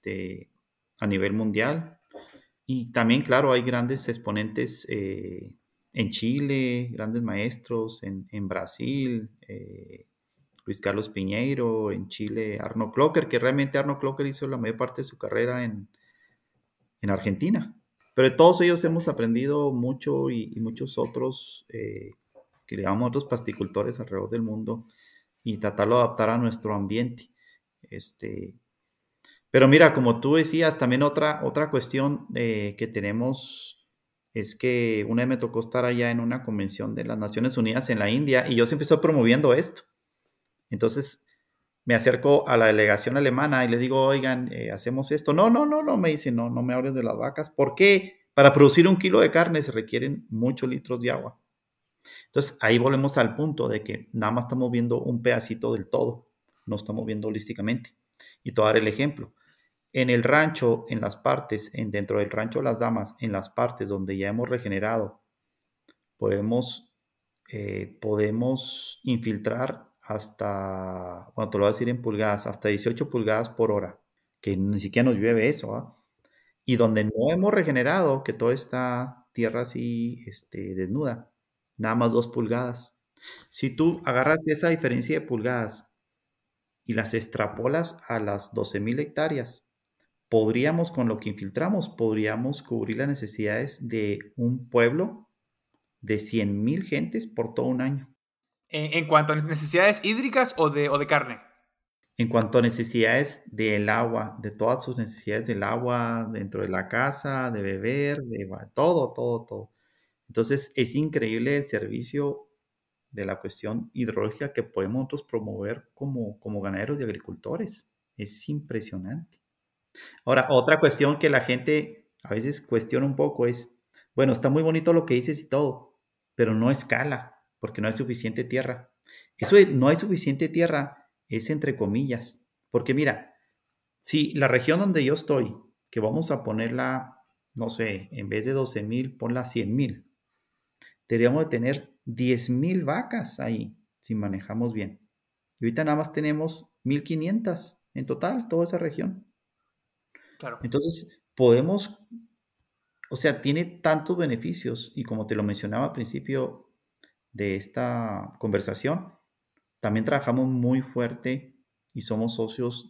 a nivel mundial. Y también, claro, hay grandes exponentes en Chile, grandes maestros en Brasil, Luis Carlos Piñeiro, en Chile, Arno Clocker, que realmente Arno Clocker hizo la mayor parte de su carrera en Argentina. Pero de todos ellos hemos aprendido mucho y muchos otros que le llamamos otros pasticultores alrededor del mundo y tratarlo de adaptar a nuestro ambiente. Este, pero mira, como tú decías, también otra cuestión que tenemos es que una vez me tocó estar allá en una convención de las Naciones Unidas en la India y yo siempre estoy promoviendo esto. Entonces me acerco a la delegación alemana y le digo, oigan, hacemos esto. No, no, no, no, me dice, no, no me hables de las vacas. ¿Por qué? Para producir 1 kilo de carne se requieren muchos litros de agua. Entonces ahí volvemos al punto de que nada más estamos viendo un pedacito del todo, no estamos viendo holísticamente. Y te voy a dar el ejemplo. En el rancho, en las partes, dentro del rancho Las Damas, en las partes donde ya hemos regenerado, podemos, podemos infiltrar hasta, bueno, te lo voy a decir en pulgadas, hasta 18 pulgadas por hora, que ni siquiera nos llueve eso, ¿ah? Y donde no hemos regenerado, que toda esta tierra así desnuda, nada más 2 pulgadas. Si tú agarras esa diferencia de pulgadas y las extrapolas a las 12,000 hectáreas, podríamos, con lo que infiltramos, podríamos cubrir las necesidades de un pueblo de 100,000 gentes por todo un año.
En cuanto a necesidades hídricas o de carne.
En cuanto a necesidades del agua, de todas sus necesidades del agua dentro de la casa, de beber, todo, todo, todo. Entonces, es increíble el servicio de la cuestión hidrológica que podemos nosotros promover como ganaderos y agricultores. Es impresionante. Ahora, otra cuestión que la gente a veces cuestiona un poco es, bueno, está muy bonito lo que dices y todo, pero no escala, porque no hay suficiente tierra. Eso de no hay suficiente tierra es entre comillas, porque mira, si la región donde yo estoy, que vamos a ponerla, no sé, en vez de 12,000, ponla 100,000, deberíamos de tener 10,000 vacas ahí, si manejamos bien. Y ahorita nada más tenemos 1,500 en total, toda esa región.
Claro.
Entonces, podemos, o sea, tiene tantos beneficios y como te lo mencionaba al principio de esta conversación, también trabajamos muy fuerte y somos socios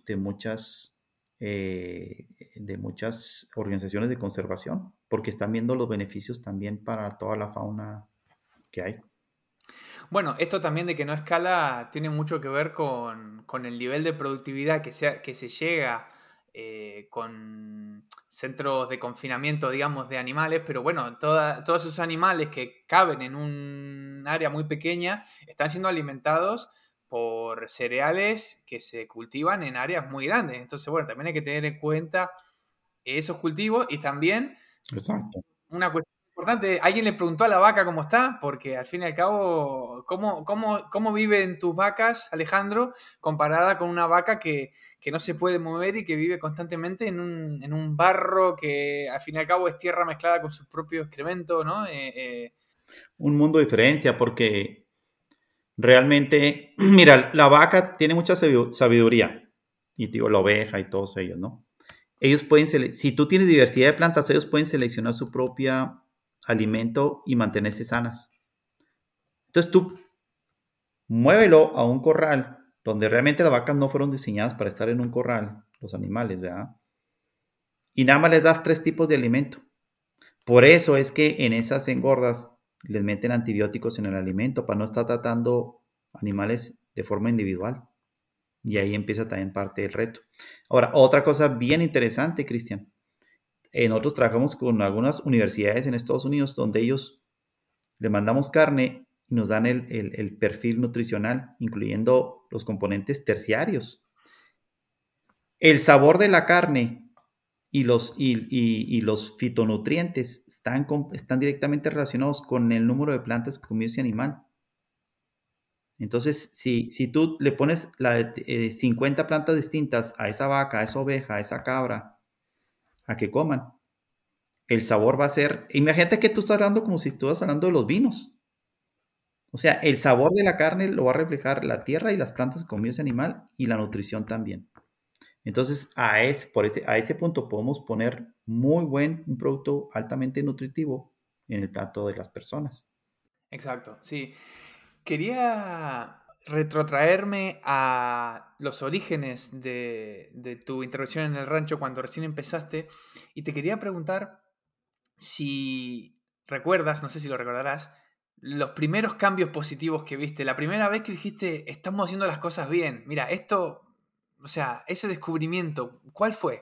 de muchas organizaciones de conservación porque están viendo los beneficios también para toda la fauna que hay.
Bueno, esto también de que no escala tiene mucho que ver con el nivel de productividad que se llega con centros de confinamiento, digamos, de animales, pero bueno, todos esos animales que caben en un área muy pequeña están siendo alimentados por cereales que se cultivan en áreas muy grandes. Entonces, bueno, también hay que tener en cuenta esos cultivos y también
Exacto.
una cuestión importante, ¿alguien le preguntó a la vaca cómo está? Porque al fin y al cabo, ¿cómo viven tus vacas, Alejandro, comparada con una vaca que no se puede mover y que vive constantemente en un barro que al fin y al cabo es tierra mezclada con sus propios excrementos, ¿no?
Un mundo de diferencia porque realmente, mira, la vaca tiene mucha sabiduría y digo, la oveja y todos ellos, ¿no? Ellos pueden, si tú tienes diversidad de plantas, ellos pueden seleccionar su propia alimento y mantenerse sanas. Entonces tú muévelo a un corral donde realmente las vacas no fueron diseñadas para estar en un corral, los animales, ¿verdad? Y nada más les das 3 tipos de alimento. Por eso es que en esas engordas les meten antibióticos en el alimento para no estar tratando animales de forma individual. Y ahí empieza también parte del reto. Ahora, otra cosa bien interesante, Cristian. nosotros trabajamos con algunas universidades en Estados Unidos donde ellos le mandamos carne y nos dan el perfil nutricional, incluyendo los componentes terciarios. El sabor de la carne y los fitonutrientes están directamente relacionados con el número de plantas que comió ese animal. Entonces, si tú le pones 50 plantas distintas a esa vaca, a esa oveja, a esa cabra, a que coman, el sabor va a ser, imagínate que tú estás hablando como si estuvieras hablando de los vinos. O sea, el sabor de la carne lo va a reflejar la tierra y las plantas que comió ese animal y la nutrición también. Entonces, a ese punto podemos poner un producto altamente nutritivo en el plato de las personas.
Exacto, sí. Quería retrotraerme a los orígenes de tu intervención en el rancho cuando recién empezaste y te quería preguntar si recuerdas, no sé si lo recordarás, los primeros cambios positivos que viste, la primera vez que dijiste, estamos haciendo las cosas bien, mira, esto, o sea, ese descubrimiento, ¿cuál fue?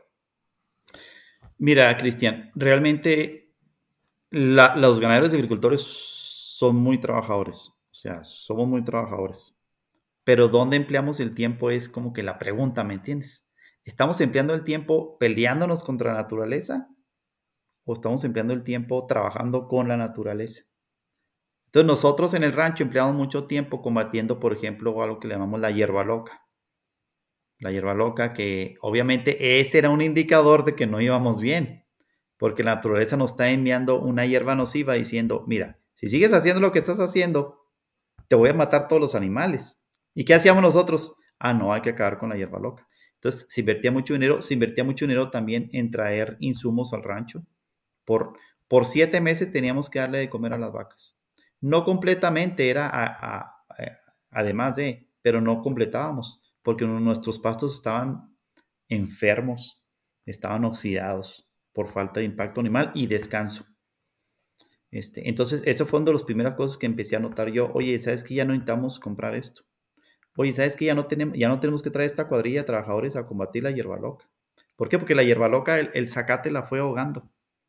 Mira, Cristian, realmente los ganaderos y agricultores son muy trabajadores, o sea, somos muy trabajadores. Pero ¿dónde empleamos el tiempo? Es como que la pregunta, ¿me entiendes? ¿Estamos empleando el tiempo peleándonos contra la naturaleza o estamos empleando el tiempo trabajando con la naturaleza? Entonces nosotros en el rancho empleamos mucho tiempo combatiendo, por ejemplo, algo que le llamamos la hierba loca. La hierba loca que obviamente ese era un indicador de que no íbamos bien, porque la naturaleza nos está enviando una hierba nociva diciendo, mira, si sigues haciendo lo que estás haciendo, te voy a matar todos los animales. ¿Y qué hacíamos nosotros? Ah, no, hay que acabar con la hierba loca. Entonces se invertía mucho dinero también en traer insumos al rancho. Por, por 7 meses teníamos que darle de comer a las vacas. No completamente, era además de, pero no completábamos, porque nuestros pastos estaban enfermos, estaban oxidados por falta de impacto animal y descanso. Entonces, eso fue una de las primeras cosas que empecé a notar yo. Oye, ¿sabes qué? Ya no necesitamos comprar esto. Oye, ¿sabes qué? Ya no tenemos que traer esta cuadrilla de trabajadores a combatir la hierba loca. ¿Por qué? Porque la hierba loca, el zacate la fue ahogando.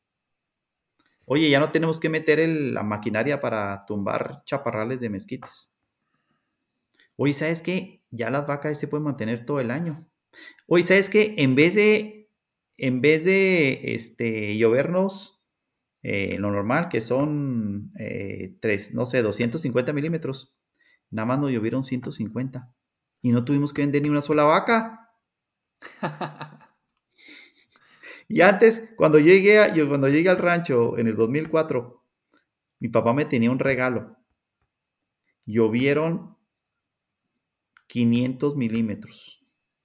Oye, ya no tenemos que meter la maquinaria para tumbar chaparrales de mezquites. Oye, ¿sabes qué? Ya las vacas se pueden mantener todo el año. Oye, ¿sabes qué? En vez de llovernos lo normal, que son no sé, 250 milímetros, nada más nos llovieron 150 y no tuvimos que vender ni una sola vaca. Y antes, cuando llegué al rancho en el 2004, mi papá me tenía un regalo. Llovieron 500 milímetros.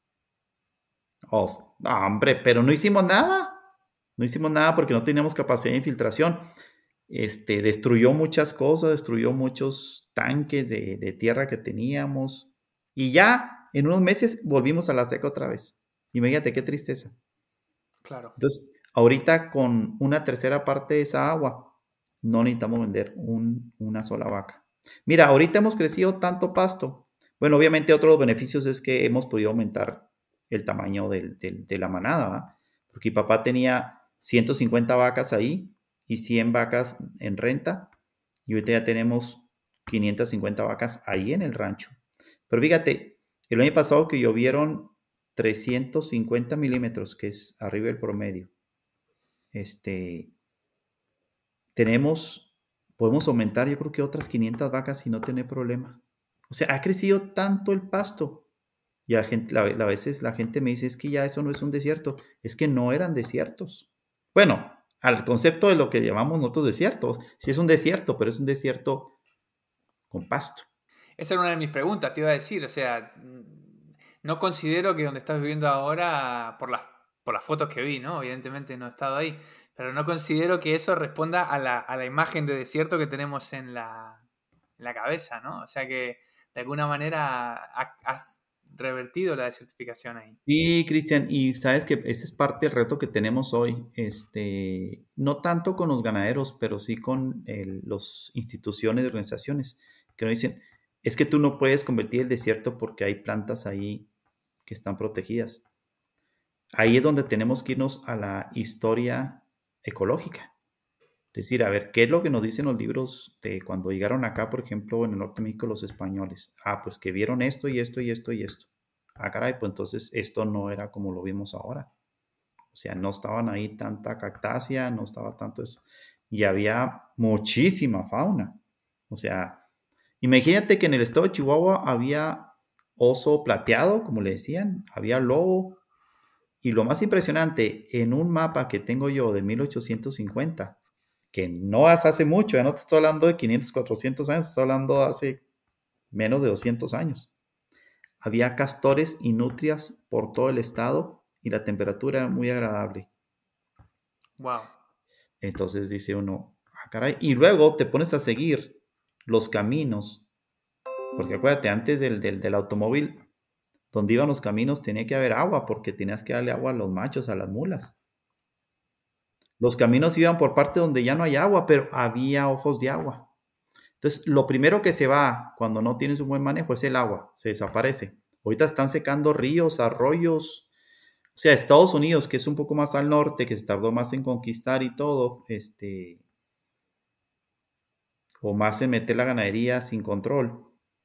Oh, no, hombre, pero no hicimos nada. No hicimos nada porque no teníamos capacidad de infiltración. Destruyó muchas cosas, destruyó muchos tanques de tierra que teníamos. Y ya en unos meses volvimos a la seca otra vez. Imagínate qué tristeza.
Claro.
Entonces, ahorita con una tercera parte de esa agua, no necesitamos vender una sola vaca. Mira, ahorita hemos crecido tanto pasto. Bueno, obviamente otro de los beneficios es que hemos podido aumentar el tamaño de la manada, ¿va? Porque mi papá tenía 150 vacas ahí y 100 vacas en renta. Y ahorita ya tenemos 550 vacas ahí en el rancho. Pero fíjate, el año pasado que llovieron 350 milímetros, que es arriba del promedio, este, tenemos, podemos aumentar yo creo que otras 500 vacas y no tener problema. O sea, ha crecido tanto el pasto. Y a veces la gente me dice, es que ya eso no es un desierto. Es que no eran desiertos. Bueno, al concepto de lo que llamamos nosotros desiertos, sí es un desierto, pero es un desierto con pasto.
Esa era una de mis preguntas, te iba a decir, o sea, no considero que donde estás viviendo ahora, por las fotos que vi, ¿no? Evidentemente no he estado ahí, pero no considero que eso responda a la imagen de desierto que tenemos en la cabeza, ¿no? O sea que de alguna manera has revertido la desertificación ahí.
Sí, Cristian, y sabes que ese es parte del reto que tenemos hoy, no tanto con los ganaderos, pero sí con las instituciones y organizaciones que nos dicen, es que tú no puedes convertir el desierto porque hay plantas ahí que están protegidas. Ahí es donde tenemos que irnos a la historia ecológica. Es decir, a ver, ¿qué es lo que nos dicen los libros de cuando llegaron acá, por ejemplo, en el norte de México los españoles? Ah, pues que vieron esto y esto y esto y esto. Ah, caray, pues entonces esto no era como lo vimos ahora. O sea, no estaban ahí tanta cactácea, no estaba tanto eso. Y había muchísima fauna. O sea, imagínate que en el estado de Chihuahua había oso plateado, como le decían, había lobo. Y lo más impresionante, en un mapa que tengo yo de 1850, que no es hace mucho, ya no te estoy hablando de 500, 400 años, estoy hablando de hace menos de 200 años. Había castores y nutrias por todo el estado y la temperatura era muy agradable.
Wow.
Entonces dice uno, ah, caray. Y luego te pones a seguir los caminos, porque acuérdate, antes del automóvil, donde iban los caminos tenía que haber agua, porque tenías que darle agua a los machos, a las mulas. Los caminos iban por parte donde ya no hay agua, pero había ojos de agua. Entonces, lo primero que se va cuando no tienes un buen manejo es el agua, se desaparece. Ahorita están secando ríos, arroyos. O sea, Estados Unidos, que es un poco más al norte, que se tardó más en conquistar y todo, o más en meter la ganadería sin control,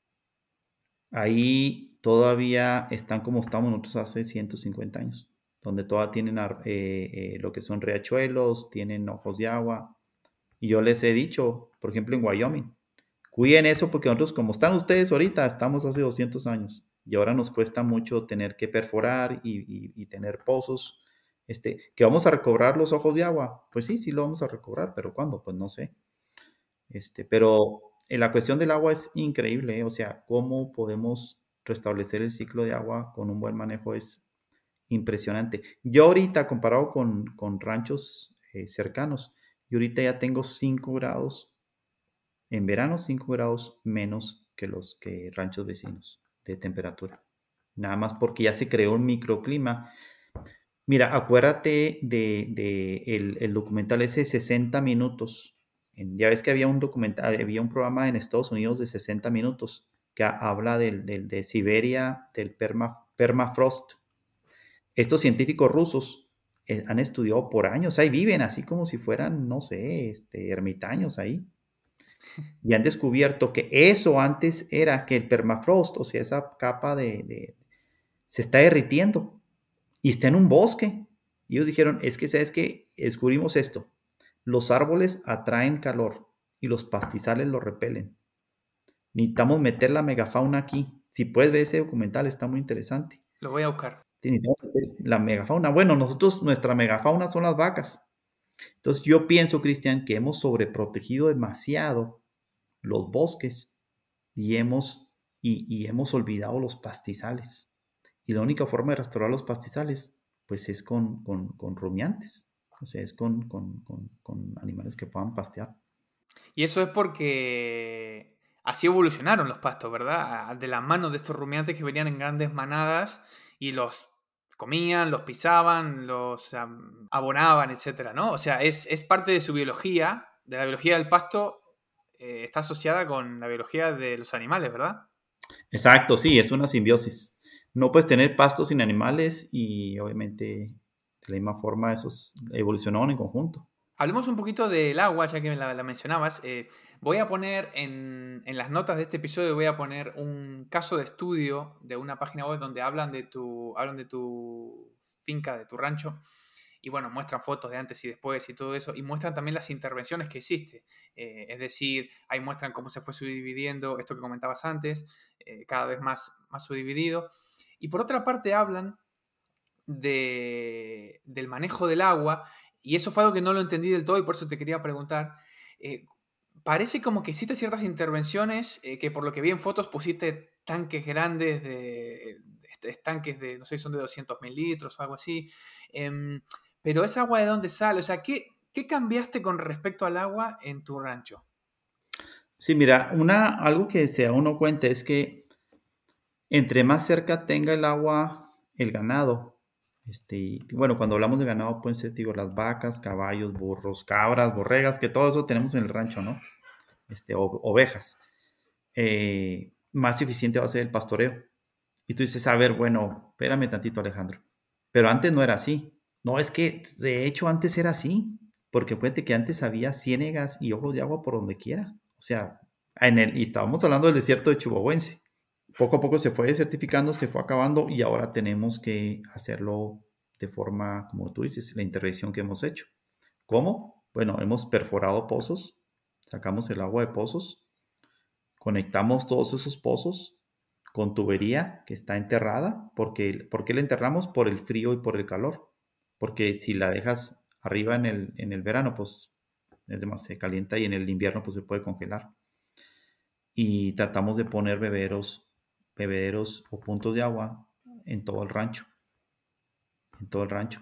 ahí todavía están como estamos nosotros hace 150 años, donde todavía tienen lo que son riachuelos, tienen ojos de agua. Y yo les he dicho, por ejemplo, en Wyoming, cuiden eso porque nosotros, como están ustedes ahorita, estamos hace 200 años y ahora nos cuesta mucho tener que perforar y tener pozos. Que vamos a recobrar los ojos de agua. Pues sí, sí lo vamos a recobrar, pero ¿cuándo? Pues no sé. Pero la cuestión del agua es increíble, ¿eh? O sea, cómo podemos restablecer el ciclo de agua con un buen manejo es impresionante. Yo ahorita, comparado con ranchos cercanos, yo ahorita ya tengo 5 grados, en verano 5 grados menos que los que ranchos vecinos de temperatura. Nada más porque ya se creó un microclima. Mira, acuérdate de el documental ese 60 minutos. Ya ves que había un documental, había un programa en Estados Unidos de 60 minutos que habla de Siberia, del permafrost. Estos científicos rusos han estudiado por años, ahí viven así como si fueran, no sé, ermitaños ahí. Y han descubierto que eso antes era que el permafrost, o sea, esa capa se está derritiendo y está en un bosque. Y ellos dijeron, es que, ¿sabes qué? Descubrimos esto. Los árboles atraen calor y los pastizales lo repelen. Necesitamos meter la megafauna aquí. Si puedes ver ese documental, está muy interesante.
Lo voy a buscar.
Necesitamos meter la megafauna. Bueno, nosotros, nuestra megafauna son las vacas. Entonces yo pienso, Cristian, que hemos sobreprotegido demasiado los bosques y hemos olvidado los pastizales. Y la única forma de restaurar los pastizales, pues es con rumiantes, o sea, es con animales que puedan pastear.
Y eso es porque así evolucionaron los pastos, ¿verdad? De las manos de estos rumiantes que venían en grandes manadas y los comían, los pisaban, los abonaban, etcétera, ¿no? O sea, es parte de su biología, de la biología del pasto, está asociada con la biología de los animales, ¿verdad?
Exacto, sí, es una simbiosis. No puedes tener pastos sin animales y obviamente de la misma forma esos evolucionaron en conjunto.
Hablemos un poquito del agua, ya que la mencionabas. Voy a poner en las notas de este episodio, voy a poner un caso de estudio de una página web donde hablan de tu finca, de tu rancho, y bueno, muestran fotos de antes y después y todo eso, y muestran también las intervenciones que hiciste. Es decir, ahí muestran cómo se fue subdividiendo esto que comentabas antes, cada vez más subdividido. Y por otra parte hablan del manejo del agua, y eso fue algo que no lo entendí del todo y por eso te quería preguntar. Eh, Parece como que hiciste ciertas intervenciones, que por lo que vi en fotos pusiste tanques grandes estanques de, no sé, son de 200.000 litros o algo así. Pero esa agua de dónde sale, o sea, ¿qué cambiaste con respecto al agua en tu rancho?
Sí, mira, algo que se da uno cuenta es que entre más cerca tenga el agua el ganado, y bueno, cuando hablamos de ganado pueden ser, digo, las vacas, caballos, burros, cabras, borregas, que todo eso tenemos en el rancho, ¿no? Ovejas. Más eficiente va a ser el pastoreo. Y tú dices, a ver, bueno, espérame tantito, Alejandro. Pero antes no era así. No, es que de hecho antes era así. porque fíjate que antes había ciénegas y ojos de agua por donde quiera. O sea, y estábamos hablando del desierto de Chihuahuense. Poco a poco se fue desertificando, se fue acabando y ahora tenemos que hacerlo de forma, como tú dices, la intervención que hemos hecho. ¿Cómo? Bueno, hemos perforado pozos, sacamos el agua de pozos, conectamos todos esos pozos con tubería que está enterrada. ¿Por qué la enterramos? Por el frío y por el calor. Porque si la dejas arriba en el verano, pues es demasiado, se calienta y en el invierno pues se puede congelar. Y tratamos de poner bebederos o puntos de agua en todo el rancho, en todo el rancho.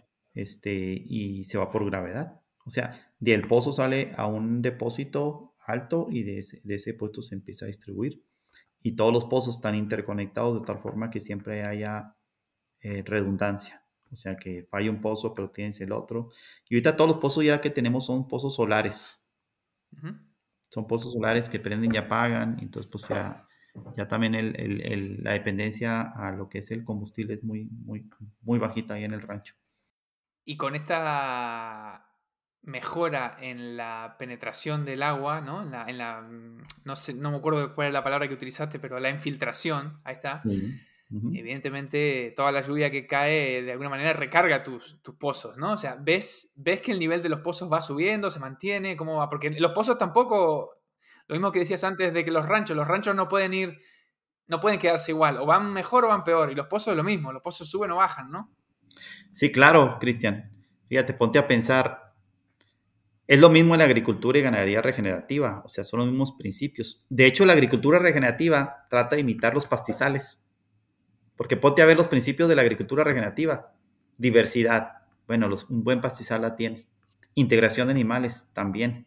Y se va por gravedad. O sea, del pozo sale a un depósito alto y de ese depósito se empieza a distribuir. Y todos los pozos están interconectados de tal forma que siempre haya redundancia. O sea, que falla un pozo, pero tienes el otro. Y ahorita todos los pozos ya que tenemos son pozos solares.
Ujú.
Son pozos solares que prenden y apagan. Entonces, pues ya también la dependencia a lo que es el combustible es muy, muy, muy bajita ahí en el rancho.
Y con esta mejora en la penetración del agua, ¿no? No sé, no me acuerdo cuál es la palabra que utilizaste, pero la infiltración, ahí está.
Sí. Ujú.
Evidentemente, toda la lluvia que cae de alguna manera recarga tus pozos, ¿no? O sea, ves que el nivel de los pozos va subiendo, se mantiene, ¿cómo va? Porque los pozos tampoco, lo mismo que decías antes de que los ranchos no pueden ir, no pueden quedarse igual, o van mejor o van peor, y los pozos es lo mismo, los pozos suben o bajan, ¿no?
Sí, claro, Cristian. Fíjate, ponte a pensar. Es lo mismo en la agricultura y ganadería regenerativa, o sea, son los mismos principios. De hecho, la agricultura regenerativa trata de imitar los pastizales, porque ponte a ver los principios de la agricultura regenerativa. Diversidad, bueno, un buen pastizal la tiene. Integración de animales, también.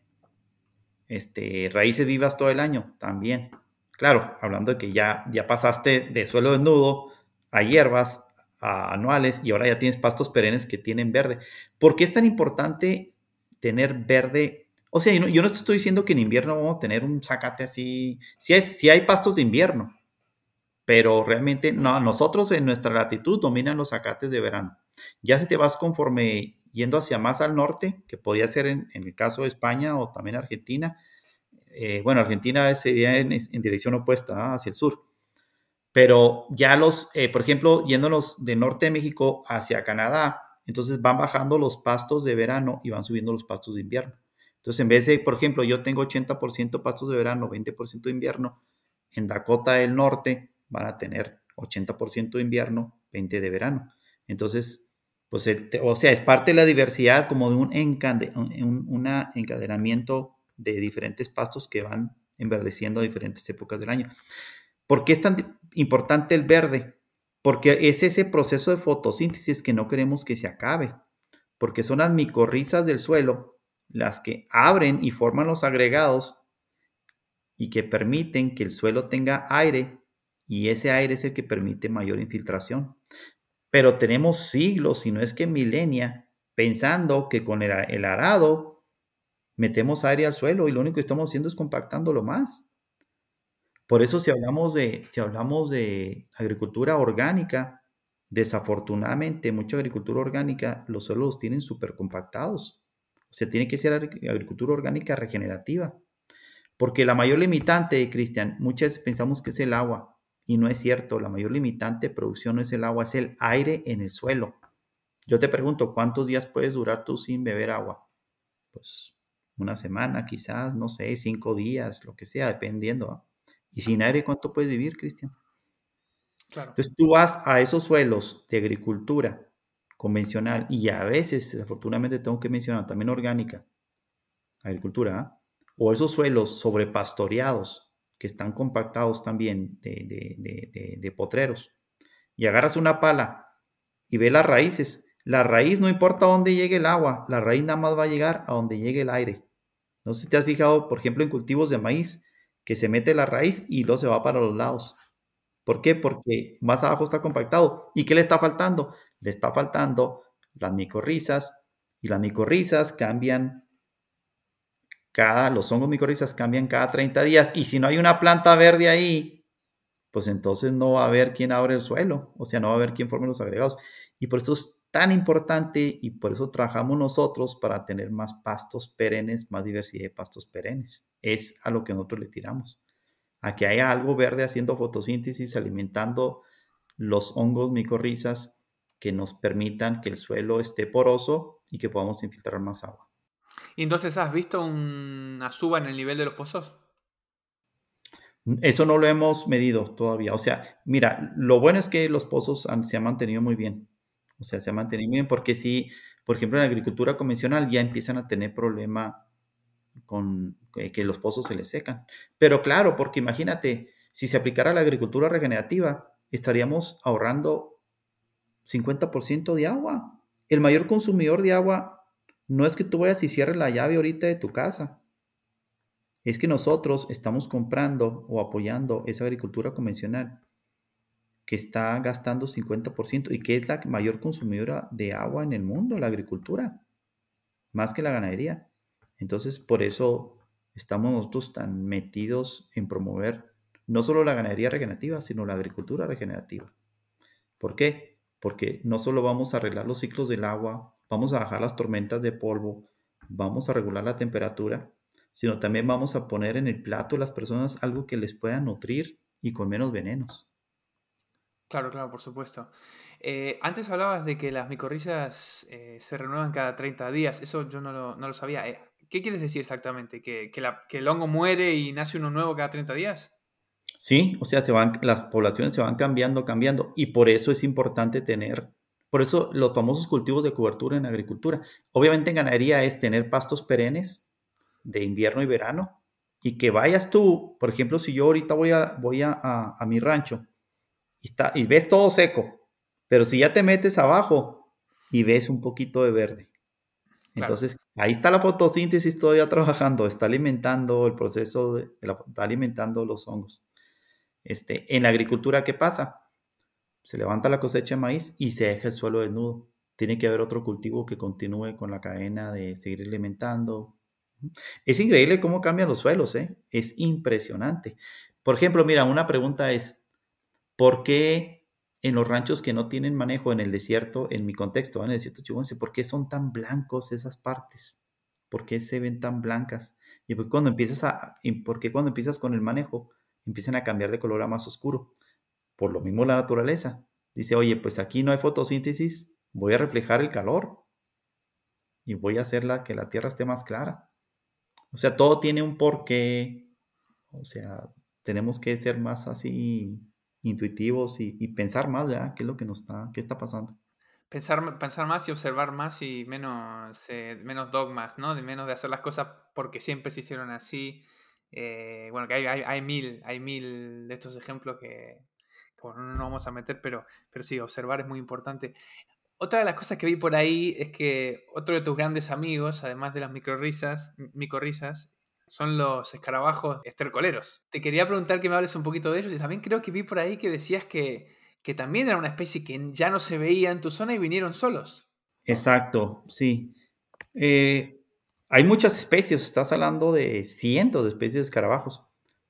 Raíces vivas todo el año, también. Claro, hablando de que ya pasaste de suelo desnudo a hierbas, a anuales, y ahora ya tienes pastos perennes que tienen verde. ¿Por qué es tan importante tener verde? O sea, yo no te estoy diciendo que en invierno vamos a tener un zacate así. Sí hay pastos de invierno, pero realmente no, nosotros en nuestra latitud dominan los zacates de verano. Ya si te vas conforme yendo hacia más al norte, que podría ser en el caso de España o también Argentina, bueno, Argentina sería en dirección opuesta, ¿ah? Hacia el sur. Pero ya por ejemplo, yéndonos de norte de México hacia Canadá, entonces van bajando los pastos de verano y van subiendo los pastos de invierno. Entonces, en vez de, por ejemplo, yo tengo 80% pastos de verano, 20% de invierno, en Dakota del Norte van a tener 80% de invierno, 20% de verano. Entonces, pues, o sea, es parte de la diversidad como de un encadenamiento de diferentes pastos que van enverdeciendo a diferentes épocas del año. ¿Por qué es tan importante el verde? Porque es ese proceso de fotosíntesis que no queremos que se acabe, porque son las micorrizas del suelo las que abren y forman los agregados y que permiten que el suelo tenga aire y ese aire es el que permite mayor infiltración. Pero tenemos siglos, si no es que milenia, pensando que con el arado metemos aire al suelo y lo único que estamos haciendo es compactándolo más. Por eso si hablamos de agricultura orgánica, desafortunadamente mucha agricultura orgánica los suelos los tienen súper compactados. O sea, tiene que ser agricultura orgánica regenerativa. Porque la mayor limitante, Cristian, muchas veces pensamos que es el agua y no es cierto. La mayor limitante de producción no es el agua, es el aire en el suelo. Yo te pregunto, ¿cuántos días puedes durar tú sin beber agua? Pues una semana quizás, no sé, 5 días, lo que sea, dependiendo. ¿Ah? Y sin aire, ¿cuánto puedes vivir, Cristian?
Claro.
Entonces tú vas a esos suelos de agricultura convencional y a veces, desafortunadamente, tengo que mencionar también orgánica, agricultura, ¿ah? O esos suelos sobrepastoreados que están compactados también de potreros. Y agarras una pala y ves las raíces. La raíz no importa a dónde llegue el agua, la raíz nada más va a llegar a donde llegue el aire. No sé si te has fijado, por ejemplo, en cultivos de maíz, que se mete la raíz y luego se va para los lados. ¿Por qué? Porque más abajo está compactado. ¿Y qué le está faltando? Le está faltando las micorrizas y las micorrizas cambian los hongos micorrizas cambian cada 30 días y si no hay una planta verde ahí, pues entonces no va a haber quien abre el suelo, o sea, no va a haber quien forme los agregados. Y por eso es tan importante y por eso trabajamos nosotros para tener más pastos perennes, más diversidad de pastos perennes. Es a lo que nosotros le tiramos. A que haya algo verde haciendo fotosíntesis, alimentando los hongos micorrizas que nos permitan que el suelo esté poroso y que podamos infiltrar más agua.
¿Y entonces has visto una suba en el nivel de los pozos?
Eso no lo hemos medido todavía. O sea, mira, lo bueno es que los pozos se han mantenido muy bien. O sea, se han mantenido muy bien porque sí, por ejemplo, en la agricultura convencional ya empiezan a tener problema con que los pozos se les secan. Pero claro, porque imagínate, si se aplicara la agricultura regenerativa, estaríamos ahorrando 50% de agua. El mayor consumidor de agua no es que tú vayas y cierres la llave ahorita de tu casa, es que nosotros estamos comprando o apoyando esa agricultura convencional que está gastando 50% y que es la mayor consumidora de agua en el mundo, la agricultura, más que la ganadería. Entonces, por eso estamos nosotros tan metidos en promover no solo la ganadería regenerativa, sino la agricultura regenerativa. ¿Por qué? Porque no solo vamos a arreglar los ciclos del agua, vamos a bajar las tormentas de polvo, vamos a regular la temperatura, sino también vamos a poner en el plato de las personas algo que les pueda nutrir y con menos venenos.
Claro, claro, por supuesto. Antes hablabas de que las micorrizas se renuevan cada 30 días. Eso yo no lo sabía. ¿Qué quieres decir exactamente? ¿Que el hongo muere y nace uno nuevo cada 30 días?
Sí, o sea, las poblaciones se van cambiando, cambiando, y por eso es importante tener, por eso los famosos cultivos de cobertura en agricultura. Obviamente en ganadería es tener pastos perennes de invierno y verano, y que vayas tú, por ejemplo, si yo ahorita voy a mi rancho y ves todo seco, pero si ya te metes abajo y ves un poquito de verde,
Claro.
entonces ahí está la fotosíntesis todavía trabajando, está alimentando el proceso está alimentando los hongos. En la agricultura, ¿qué pasa? Se levanta la cosecha de maíz y se deja el suelo desnudo. Tiene que haber otro cultivo que continúe con la cadena de seguir alimentando. Es increíble cómo cambian los suelos, ¿eh? Es impresionante. Por ejemplo, mira, una pregunta es, ¿por qué en los ranchos que no tienen manejo en el desierto, en mi contexto, en el desierto chihuahuense, por qué son tan blancos esas partes? ¿Por qué se ven tan blancas? ¿Por qué cuando empiezas con el manejo, empiezan a cambiar de color a más oscuro? Por lo mismo la naturaleza. Dice, oye, pues aquí no hay fotosíntesis, voy a reflejar el calor y voy a hacerla que la tierra esté más clara. O sea, todo tiene un porqué. O sea, tenemos que ser más así intuitivos y pensar más, ¿ya? ¿Qué es lo que qué está pasando?
Pensar más y observar más y menos dogmas, ¿no? Menos de hacer las cosas porque siempre se hicieron así. Bueno, que hay mil de estos ejemplos que, bueno, no nos vamos a meter, pero sí, observar es muy importante. Otra de las cosas que vi por ahí es que otro de tus grandes amigos, además de las micorrizas, son los escarabajos estercoleros. Te quería preguntar que me hables un poquito de ellos y también creo que vi por ahí que decías que también era una especie que ya no se veía en tu zona y vinieron solos.
Exacto, sí. Eh, Hay muchas especies, estás hablando de cientos de especies de escarabajos.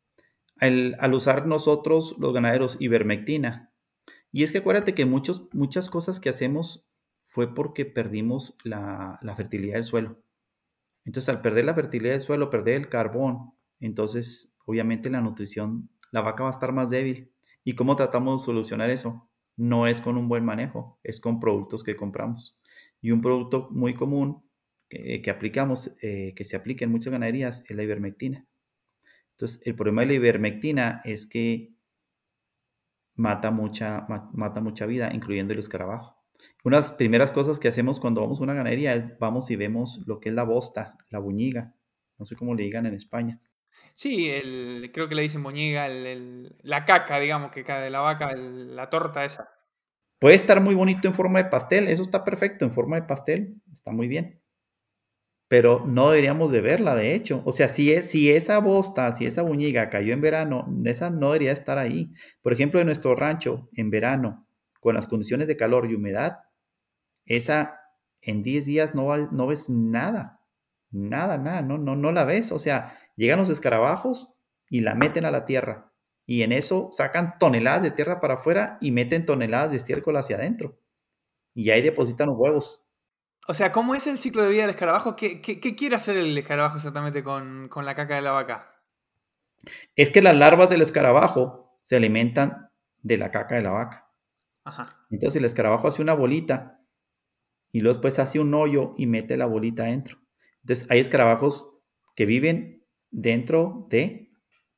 Al usar nosotros, los ganaderos, ivermectina. Y es que acuérdate que muchas cosas que hacemos fue porque perdimos la fertilidad del suelo. Entonces, al perder la fertilidad del suelo, perder el carbón, entonces, obviamente, la nutrición, la vaca va a estar más débil. ¿Y cómo tratamos de solucionar eso? No es con un buen manejo, es con productos que compramos. Y un producto muy común que aplicamos, que se aplica en muchas ganaderías, es la ivermectina. Entonces, el problema de la ivermectina es que mata mucha vida, incluyendo el escarabajo. Una de las primeras cosas que hacemos cuando vamos a una ganadería es vamos y vemos lo que es la bosta, la buñiga, no sé cómo le digan en España.
Sí, creo que le dicen moñiga, la caca, digamos, que cae de la vaca, la torta esa.
Puede estar muy bonito en forma de pastel, eso está perfecto en forma de pastel, está muy bien, pero no deberíamos de verla, de hecho. O sea, si esa bosta, si esa buñiga cayó en verano, esa no debería estar ahí. Por ejemplo, en nuestro rancho, en verano, con las condiciones de calor y humedad, esa en 10 días no ves nada, nada, nada, no la ves. O sea, llegan los escarabajos y la meten a la tierra. Y en eso sacan toneladas de tierra para afuera y meten toneladas de estiércol hacia adentro. y ahí depositan los huevos.
O sea, ¿cómo es el ciclo de vida del escarabajo? ¿Qué quiere hacer el escarabajo exactamente con la caca de la vaca?
Es que las larvas del escarabajo se alimentan de la caca de la vaca.
Ajá.
Entonces el escarabajo hace una bolita y luego después hace un hoyo y mete la bolita adentro. Entonces hay escarabajos que viven dentro de,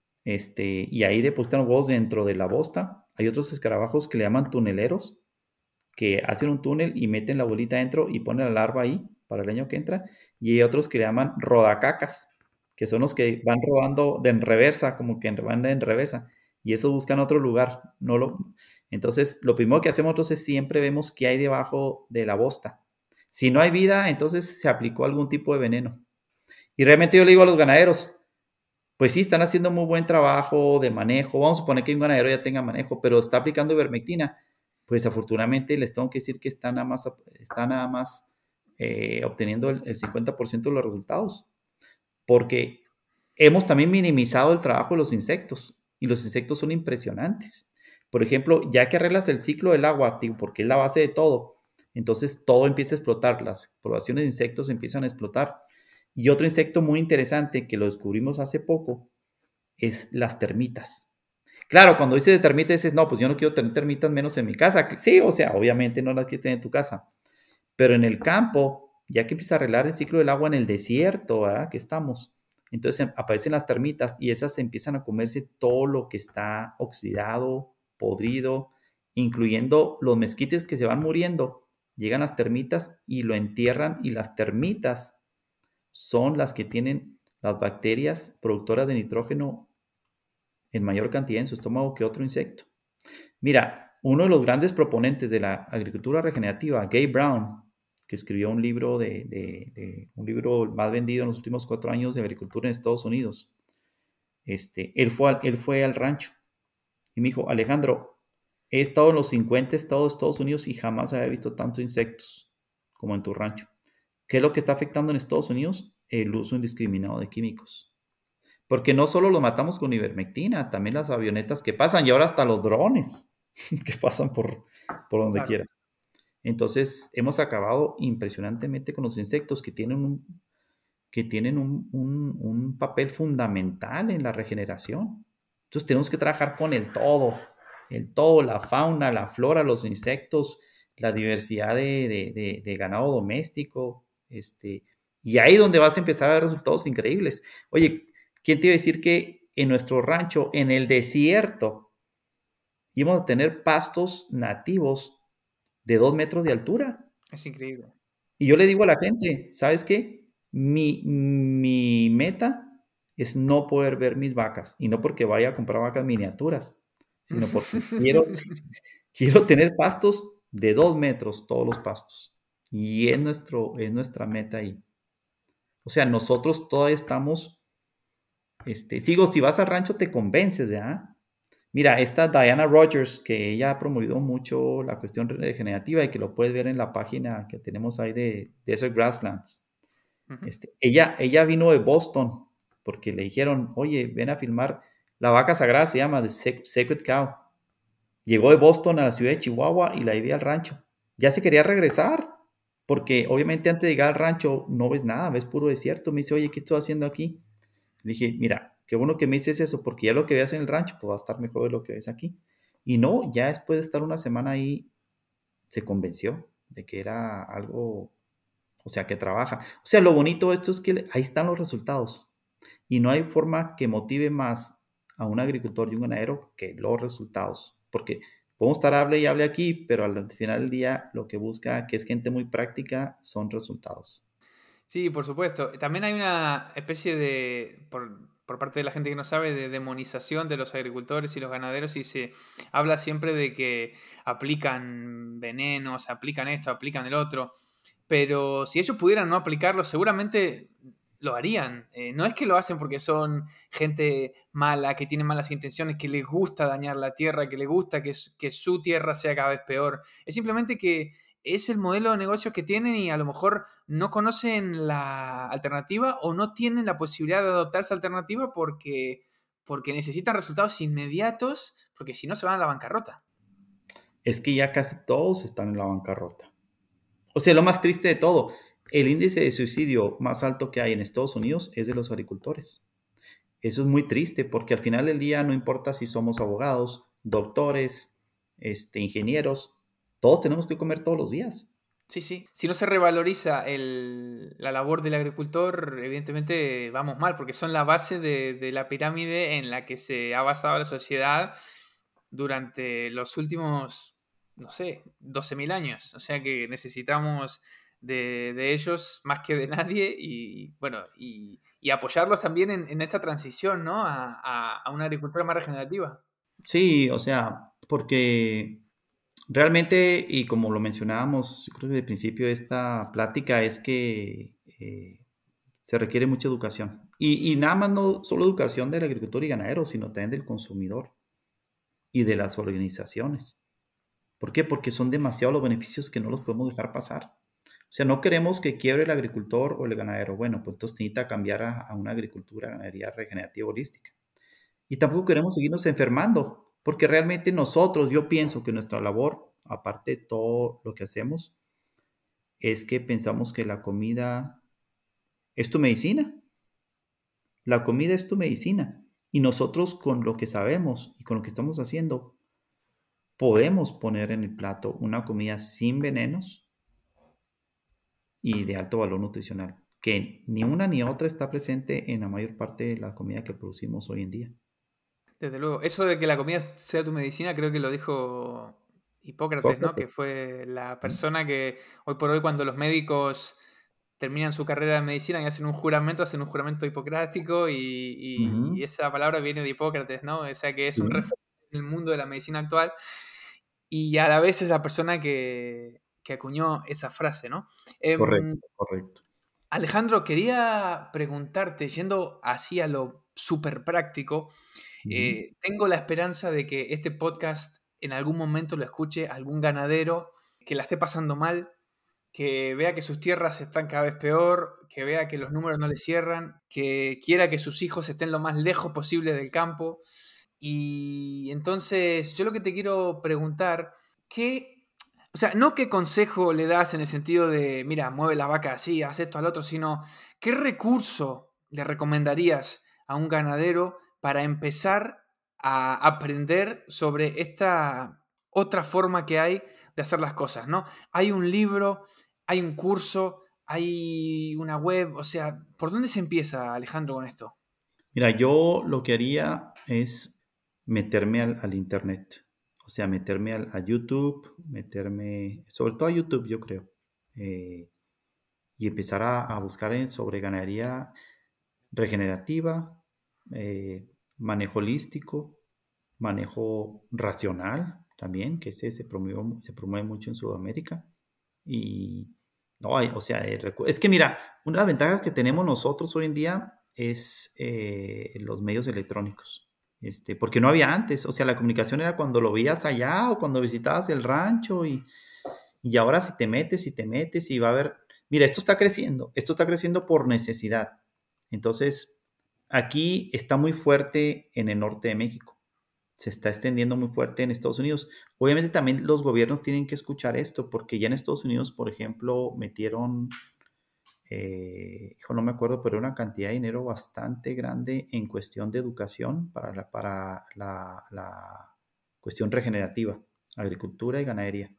y ahí depositan los huevos dentro de la bosta. Hay otros escarabajos que le llaman tuneleros, que hacen un túnel y meten la bolita adentro y ponen la larva ahí para el año que entra. Y hay otros que le llaman rodacacas, que son los que van rodando de en reversa, como que van en reversa. Y eso buscan otro lugar. Entonces, lo primero que hacemos nosotros es siempre vemos qué hay debajo de la bosta. Si no hay vida, entonces se aplicó algún tipo de veneno. Y realmente yo le digo a los ganaderos, pues sí, están haciendo muy buen trabajo de manejo. Vamos a suponer que un ganadero ya tenga manejo, pero está aplicando ivermectina. Pues afortunadamente les tengo que decir que está nada más obteniendo el 50% de los resultados. Porque hemos también minimizado el trabajo de los insectos. Y los insectos son impresionantes. Por ejemplo, ya que arreglas el ciclo del agua, porque es la base de todo, entonces todo empieza a explotar. Las poblaciones de insectos empiezan a explotar. Y otro insecto muy interesante que lo descubrimos hace poco es las termitas. Claro, cuando dices de termitas dices, no, pues yo no quiero tener termitas menos en mi casa. Sí, o sea, obviamente no las quieres tener en tu casa, pero en el campo, ya que empieza a arreglar el ciclo del agua en el desierto, ¿verdad? Que estamos, entonces aparecen las termitas y esas empiezan a comerse todo lo que está oxidado, podrido, incluyendo los mezquites que se van muriendo. Llegan las termitas y lo entierran y las termitas son las que tienen las bacterias productoras de nitrógeno en mayor cantidad en su estómago que otro insecto. Mira, uno de los grandes proponentes de la agricultura regenerativa, Gabe Brown, que escribió un libro un libro más vendido en los últimos 4 años de agricultura en Estados Unidos. Él fue al rancho y me dijo, Alejandro, he estado en los 50 estados de Estados Unidos y jamás había visto tantos insectos como en tu rancho. ¿Qué es lo que está afectando en Estados Unidos? El uso indiscriminado de químicos. Porque no solo lo matamos con ivermectina, también las avionetas que pasan y ahora hasta los drones que pasan por donde
Claro.
quiera. Entonces, hemos acabado impresionantemente con los insectos que tienen un papel fundamental en la regeneración. Entonces, tenemos que trabajar con el todo, la fauna, la flora, los insectos, la diversidad de ganado doméstico, y ahí es donde vas a empezar a ver resultados increíbles. Oye, ¿quién te iba a decir que en nuestro rancho, en el desierto, íbamos a tener pastos nativos de 2 metros de altura?
Es increíble.
Y yo le digo a la gente, ¿sabes qué? Mi meta es no poder ver mis vacas, y no porque vaya a comprar vacas miniaturas, sino porque quiero tener pastos de 2 metros, todos los pastos. Y es nuestra meta ahí. O sea, nosotros todavía estamos, sigo, si vas al rancho te convences, ¿ya? Mira, esta Diana Rogers, que ella ha promovido mucho la cuestión regenerativa y que lo puedes ver en la página que tenemos ahí de Desert Grasslands.
Ujú.
Ella vino de Boston porque le dijeron, oye, ven a filmar La Vaca Sagrada, se llama The Sacred Cow. Llegó de Boston a la ciudad de Chihuahua y la llevé al rancho. Ya se quería regresar, porque obviamente antes de llegar al rancho no ves nada, ves puro desierto. Me dice, oye, ¿qué estoy haciendo aquí? Le dije, mira, qué bueno que me dices eso, porque ya lo que veas en el rancho pues va a estar mejor de lo que ves aquí. Y no, ya después de estar una semana ahí, se convenció de que era algo, o sea, que trabaja. O sea, lo bonito de esto es que ahí están los resultados. Y no hay forma que motive más a un agricultor y un ganadero que los resultados. Porque podemos estar hable y hable aquí, pero al final del día lo que busca, que es gente muy práctica, son resultados.
Sí, por supuesto. También hay una especie de, por parte de la gente que no sabe, de demonización de los agricultores y los ganaderos y se habla siempre de que aplican venenos, aplican esto, aplican el otro. Pero si ellos pudieran no aplicarlo, seguramente lo harían. No es que lo hacen porque son gente mala, que tiene malas intenciones, que les gusta dañar la tierra, que les gusta que su tierra sea cada vez peor. Es simplemente que es el modelo de negocios que tienen y a lo mejor no conocen la alternativa o no tienen la posibilidad de adoptar esa alternativa porque necesitan resultados inmediatos, porque si no se van a la bancarrota.
Es que ya casi todos están en la bancarrota. O sea, lo más triste de todo, el índice de suicidio más alto que hay en Estados Unidos es de los agricultores. Eso es muy triste porque al final del día no importa si somos abogados, doctores, ingenieros, todos tenemos que comer todos los días.
Sí, sí. Si no se revaloriza la labor del agricultor, evidentemente vamos mal, porque son la base de la pirámide en la que se ha basado la sociedad durante los últimos, no sé, 12.000 años. O sea que necesitamos de ellos más que de nadie y, bueno, y apoyarlos también en esta transición, ¿no? A una agricultura más regenerativa.
Sí, o sea, porque realmente, y como lo mencionábamos, yo creo que al principio de esta plática, es que se requiere mucha educación. Y nada más no solo educación del agricultor y ganadero, sino también del consumidor y de las organizaciones. ¿Por qué? Porque son demasiados los beneficios que no los podemos dejar pasar. O sea, no queremos que quiebre el agricultor o el ganadero. Bueno, pues entonces necesita cambiar a una agricultura, ganadería regenerativa holística. Y tampoco queremos seguirnos enfermando, porque realmente nosotros, yo pienso que nuestra labor, aparte de todo lo que hacemos, es que pensamos que la comida es tu medicina. La comida es tu medicina. Y nosotros con lo que sabemos y con lo que estamos haciendo, podemos poner en el plato una comida sin venenos y de alto valor nutricional, que ni una ni otra está presente en la mayor parte de la comida que producimos hoy en día.
Desde luego, eso de que la comida sea tu medicina, creo que lo dijo Hipócrates, ¿no?
Sócrates.
Que fue la
¿No?
persona que hoy por hoy cuando los médicos terminan su carrera de medicina y hacen un juramento hipocrático y
Ujú.
esa palabra viene de Hipócrates, ¿no? O sea que es un
Sí,
referente en el mundo de la medicina actual y a la vez es la persona que acuñó esa frase, ¿no? Em,
correcto, correcto.
Alejandro, quería preguntarte, yendo así a lo súper práctico,
Ujú.
tengo la esperanza de que este podcast en algún momento lo escuche algún ganadero que la esté pasando mal, que vea que sus tierras están cada vez peor, que vea que los números no le cierran, que quiera que sus hijos estén lo más lejos posible del campo. Y entonces yo lo que te quiero preguntar, ¿qué, o sea, no qué consejo le das en el sentido de, mira, mueve la vaca así, haz esto al otro, sino qué recurso le recomendarías a un ganadero para empezar a aprender sobre esta otra forma que hay de hacer las cosas, ¿no? Hay un libro, hay un curso, hay una web, o sea, ¿por dónde se empieza, Alejandro, con esto?
Mira, yo lo que haría es meterme al internet, o sea, meterme a YouTube, meterme, sobre todo a YouTube, yo creo, eh, y empezar a buscar sobre ganadería regenerativa, manejo holístico, manejo racional también, que se promueve mucho en Sudamérica. Y no, o sea, es que mira, una de las ventajas que tenemos nosotros hoy en día es los medios electrónicos. Porque no había antes, o sea, la comunicación era cuando lo veías allá o cuando visitabas el rancho y ahora si te metes y va a haber, mira, esto está creciendo por necesidad. Entonces, aquí está muy fuerte en el norte de México, se está extendiendo muy fuerte en Estados Unidos. Obviamente también los gobiernos tienen que escuchar esto, porque ya en Estados Unidos, por ejemplo, metieron, hijo, no me acuerdo, pero una cantidad de dinero bastante grande en cuestión de educación para la cuestión regenerativa, agricultura y ganadería.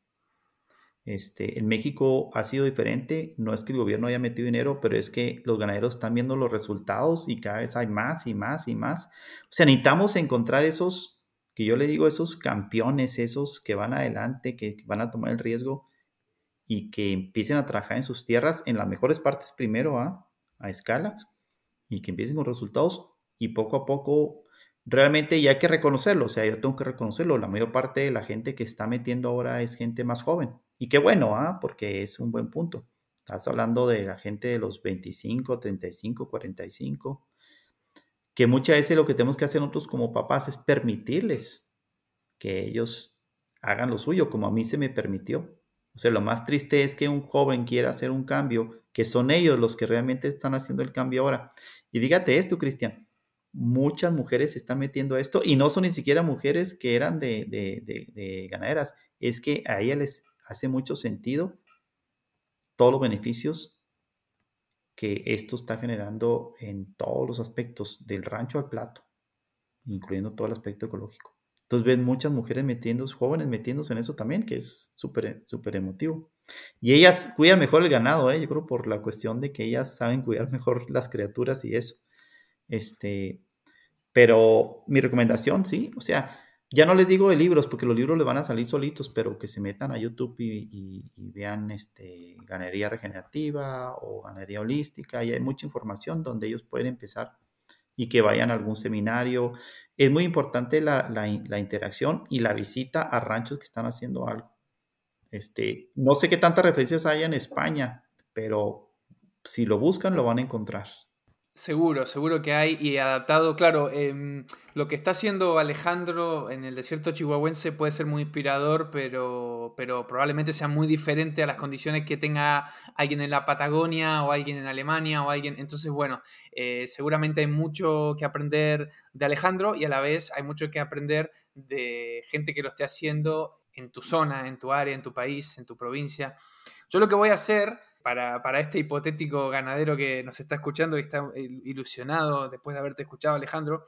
En México ha sido diferente, no es que el gobierno haya metido dinero, pero es que los ganaderos están viendo los resultados y cada vez hay más y más y más. O sea, necesitamos encontrar esos, que yo le digo, esos campeones, esos que van adelante, que van a tomar el riesgo y que empiecen a trabajar en sus tierras, en las mejores partes primero a escala y que empiecen con resultados y poco a poco realmente ya hay que reconocerlo, o sea, yo tengo que reconocerlo, la mayor parte de la gente que está metiendo ahora es gente más joven y qué bueno, porque es un buen punto. Estás hablando de la gente de los 25, 35, 45, que muchas veces lo que tenemos que hacer nosotros como papás es permitirles que ellos hagan lo suyo, como a mí se me permitió. O sea, lo más triste es que un joven quiera hacer un cambio, que son ellos los que realmente están haciendo el cambio ahora. Y fíjate esto, Cristian, muchas mujeres se están metiendo a esto y no son ni siquiera mujeres que eran de ganaderas, es que a ellas les hace mucho sentido todos los beneficios que esto está generando en todos los aspectos, del rancho al plato, incluyendo todo el aspecto ecológico. Entonces ven muchas mujeres jóvenes metiéndose en eso también, que es súper, súper emotivo. Y ellas cuidan mejor el ganado, yo creo por la cuestión de que ellas saben cuidar mejor las criaturas y eso. Pero mi recomendación, sí, o sea, ya no les digo de libros, porque los libros les van a salir solitos, pero que se metan a YouTube y vean ganadería regenerativa o ganadería holística, y hay mucha información donde ellos pueden empezar y que vayan a algún seminario. Es muy importante la interacción y la visita a ranchos que están haciendo algo. No sé qué tantas referencias hay en España, pero si lo buscan lo van a encontrar.
Seguro, seguro que hay y adaptado, claro, lo que está haciendo Alejandro en el desierto chihuahuense puede ser muy inspirador, pero probablemente sea muy diferente a las condiciones que tenga alguien en la Patagonia o alguien en Alemania o alguien. Entonces, bueno, seguramente hay mucho que aprender de Alejandro y a la vez hay mucho que aprender de gente que lo esté haciendo en tu zona, en tu área, en tu país, en tu provincia. Yo lo que voy a hacer para este hipotético ganadero que nos está escuchando y está ilusionado después de haberte escuchado, Alejandro,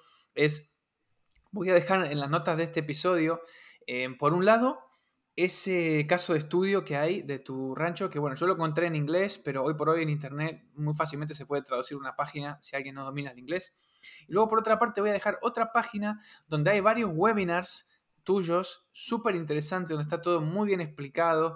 voy a dejar en las notas de este episodio, por un lado, ese caso de estudio que hay de tu rancho, que bueno, yo lo encontré en inglés, pero hoy por hoy en internet muy fácilmente se puede traducir una página si alguien no domina el inglés. Y luego por otra parte voy a dejar otra página donde hay varios webinars tuyos, súper interesantes, donde está todo muy bien explicado.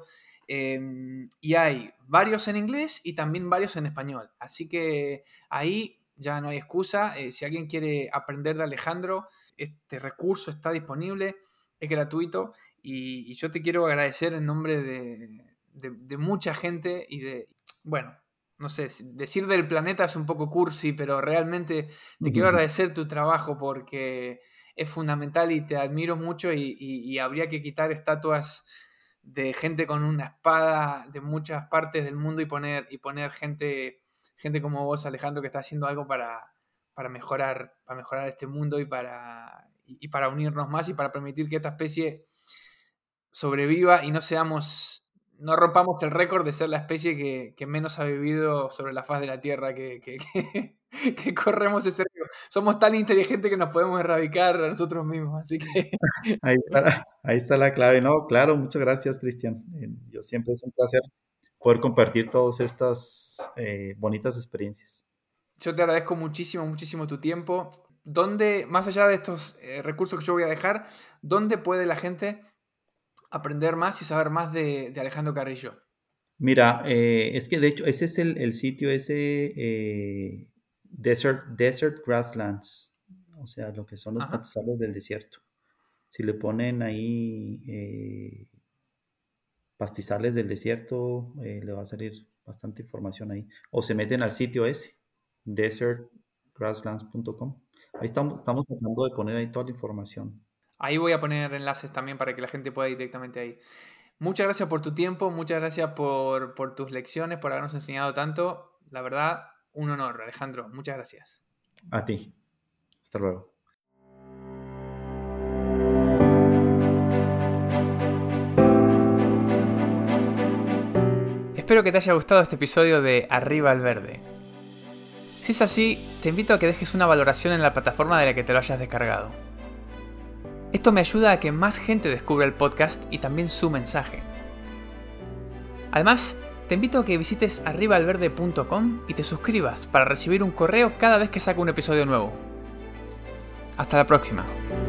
Y hay varios en inglés y también varios en español. Así que ahí ya no hay excusa. Si alguien quiere aprender de Alejandro, este recurso está disponible, es gratuito. Y yo te quiero agradecer en nombre de mucha gente y bueno, no sé, decir del planeta es un poco cursi, pero realmente te quiero agradecer tu trabajo porque es fundamental y te admiro mucho y habría que quitar estatuas de gente con una espada de muchas partes del mundo y poner gente como vos, Alejandro, que está haciendo algo para mejorar este mundo y para unirnos más y para permitir que esta especie sobreviva y no rompamos el récord de ser la especie que menos ha vivido sobre la faz de la Tierra, que corremos ese riesgo. Somos tan inteligentes que nos podemos erradicar a nosotros mismos, así que...
Ahí está la clave, ¿no? Claro, muchas gracias, Cristian. Yo siempre es un placer poder compartir todas estas bonitas experiencias.
Yo te agradezco muchísimo, muchísimo tu tiempo. ¿Dónde, más allá de estos recursos que yo voy a dejar, dónde puede la gente aprender más y saber más de Alejandro Carrillo?
Mira, es que de hecho ese es el sitio, Desert Grasslands, o sea, lo que son los
Ajá.
pastizales del desierto. Si le ponen ahí pastizales del desierto, le va a salir bastante información ahí. O se meten al sitio ese, desertgrasslands.com. Ahí estamos tratando de poner ahí toda la información.
Ahí voy a poner enlaces también para que la gente pueda ir directamente ahí. Muchas gracias por tu tiempo, muchas gracias por tus lecciones, por habernos enseñado tanto. La verdad, un honor, Alejandro. Muchas gracias.
A ti. Hasta luego.
Espero que te haya gustado este episodio de Arriba al Verde. Si es así, te invito a que dejes una valoración en la plataforma de la que te lo hayas descargado. Esto me ayuda a que más gente descubra el podcast y también su mensaje. Además, te invito a que visites arribaalverde.com y te suscribas para recibir un correo cada vez que saco un episodio nuevo. Hasta la próxima.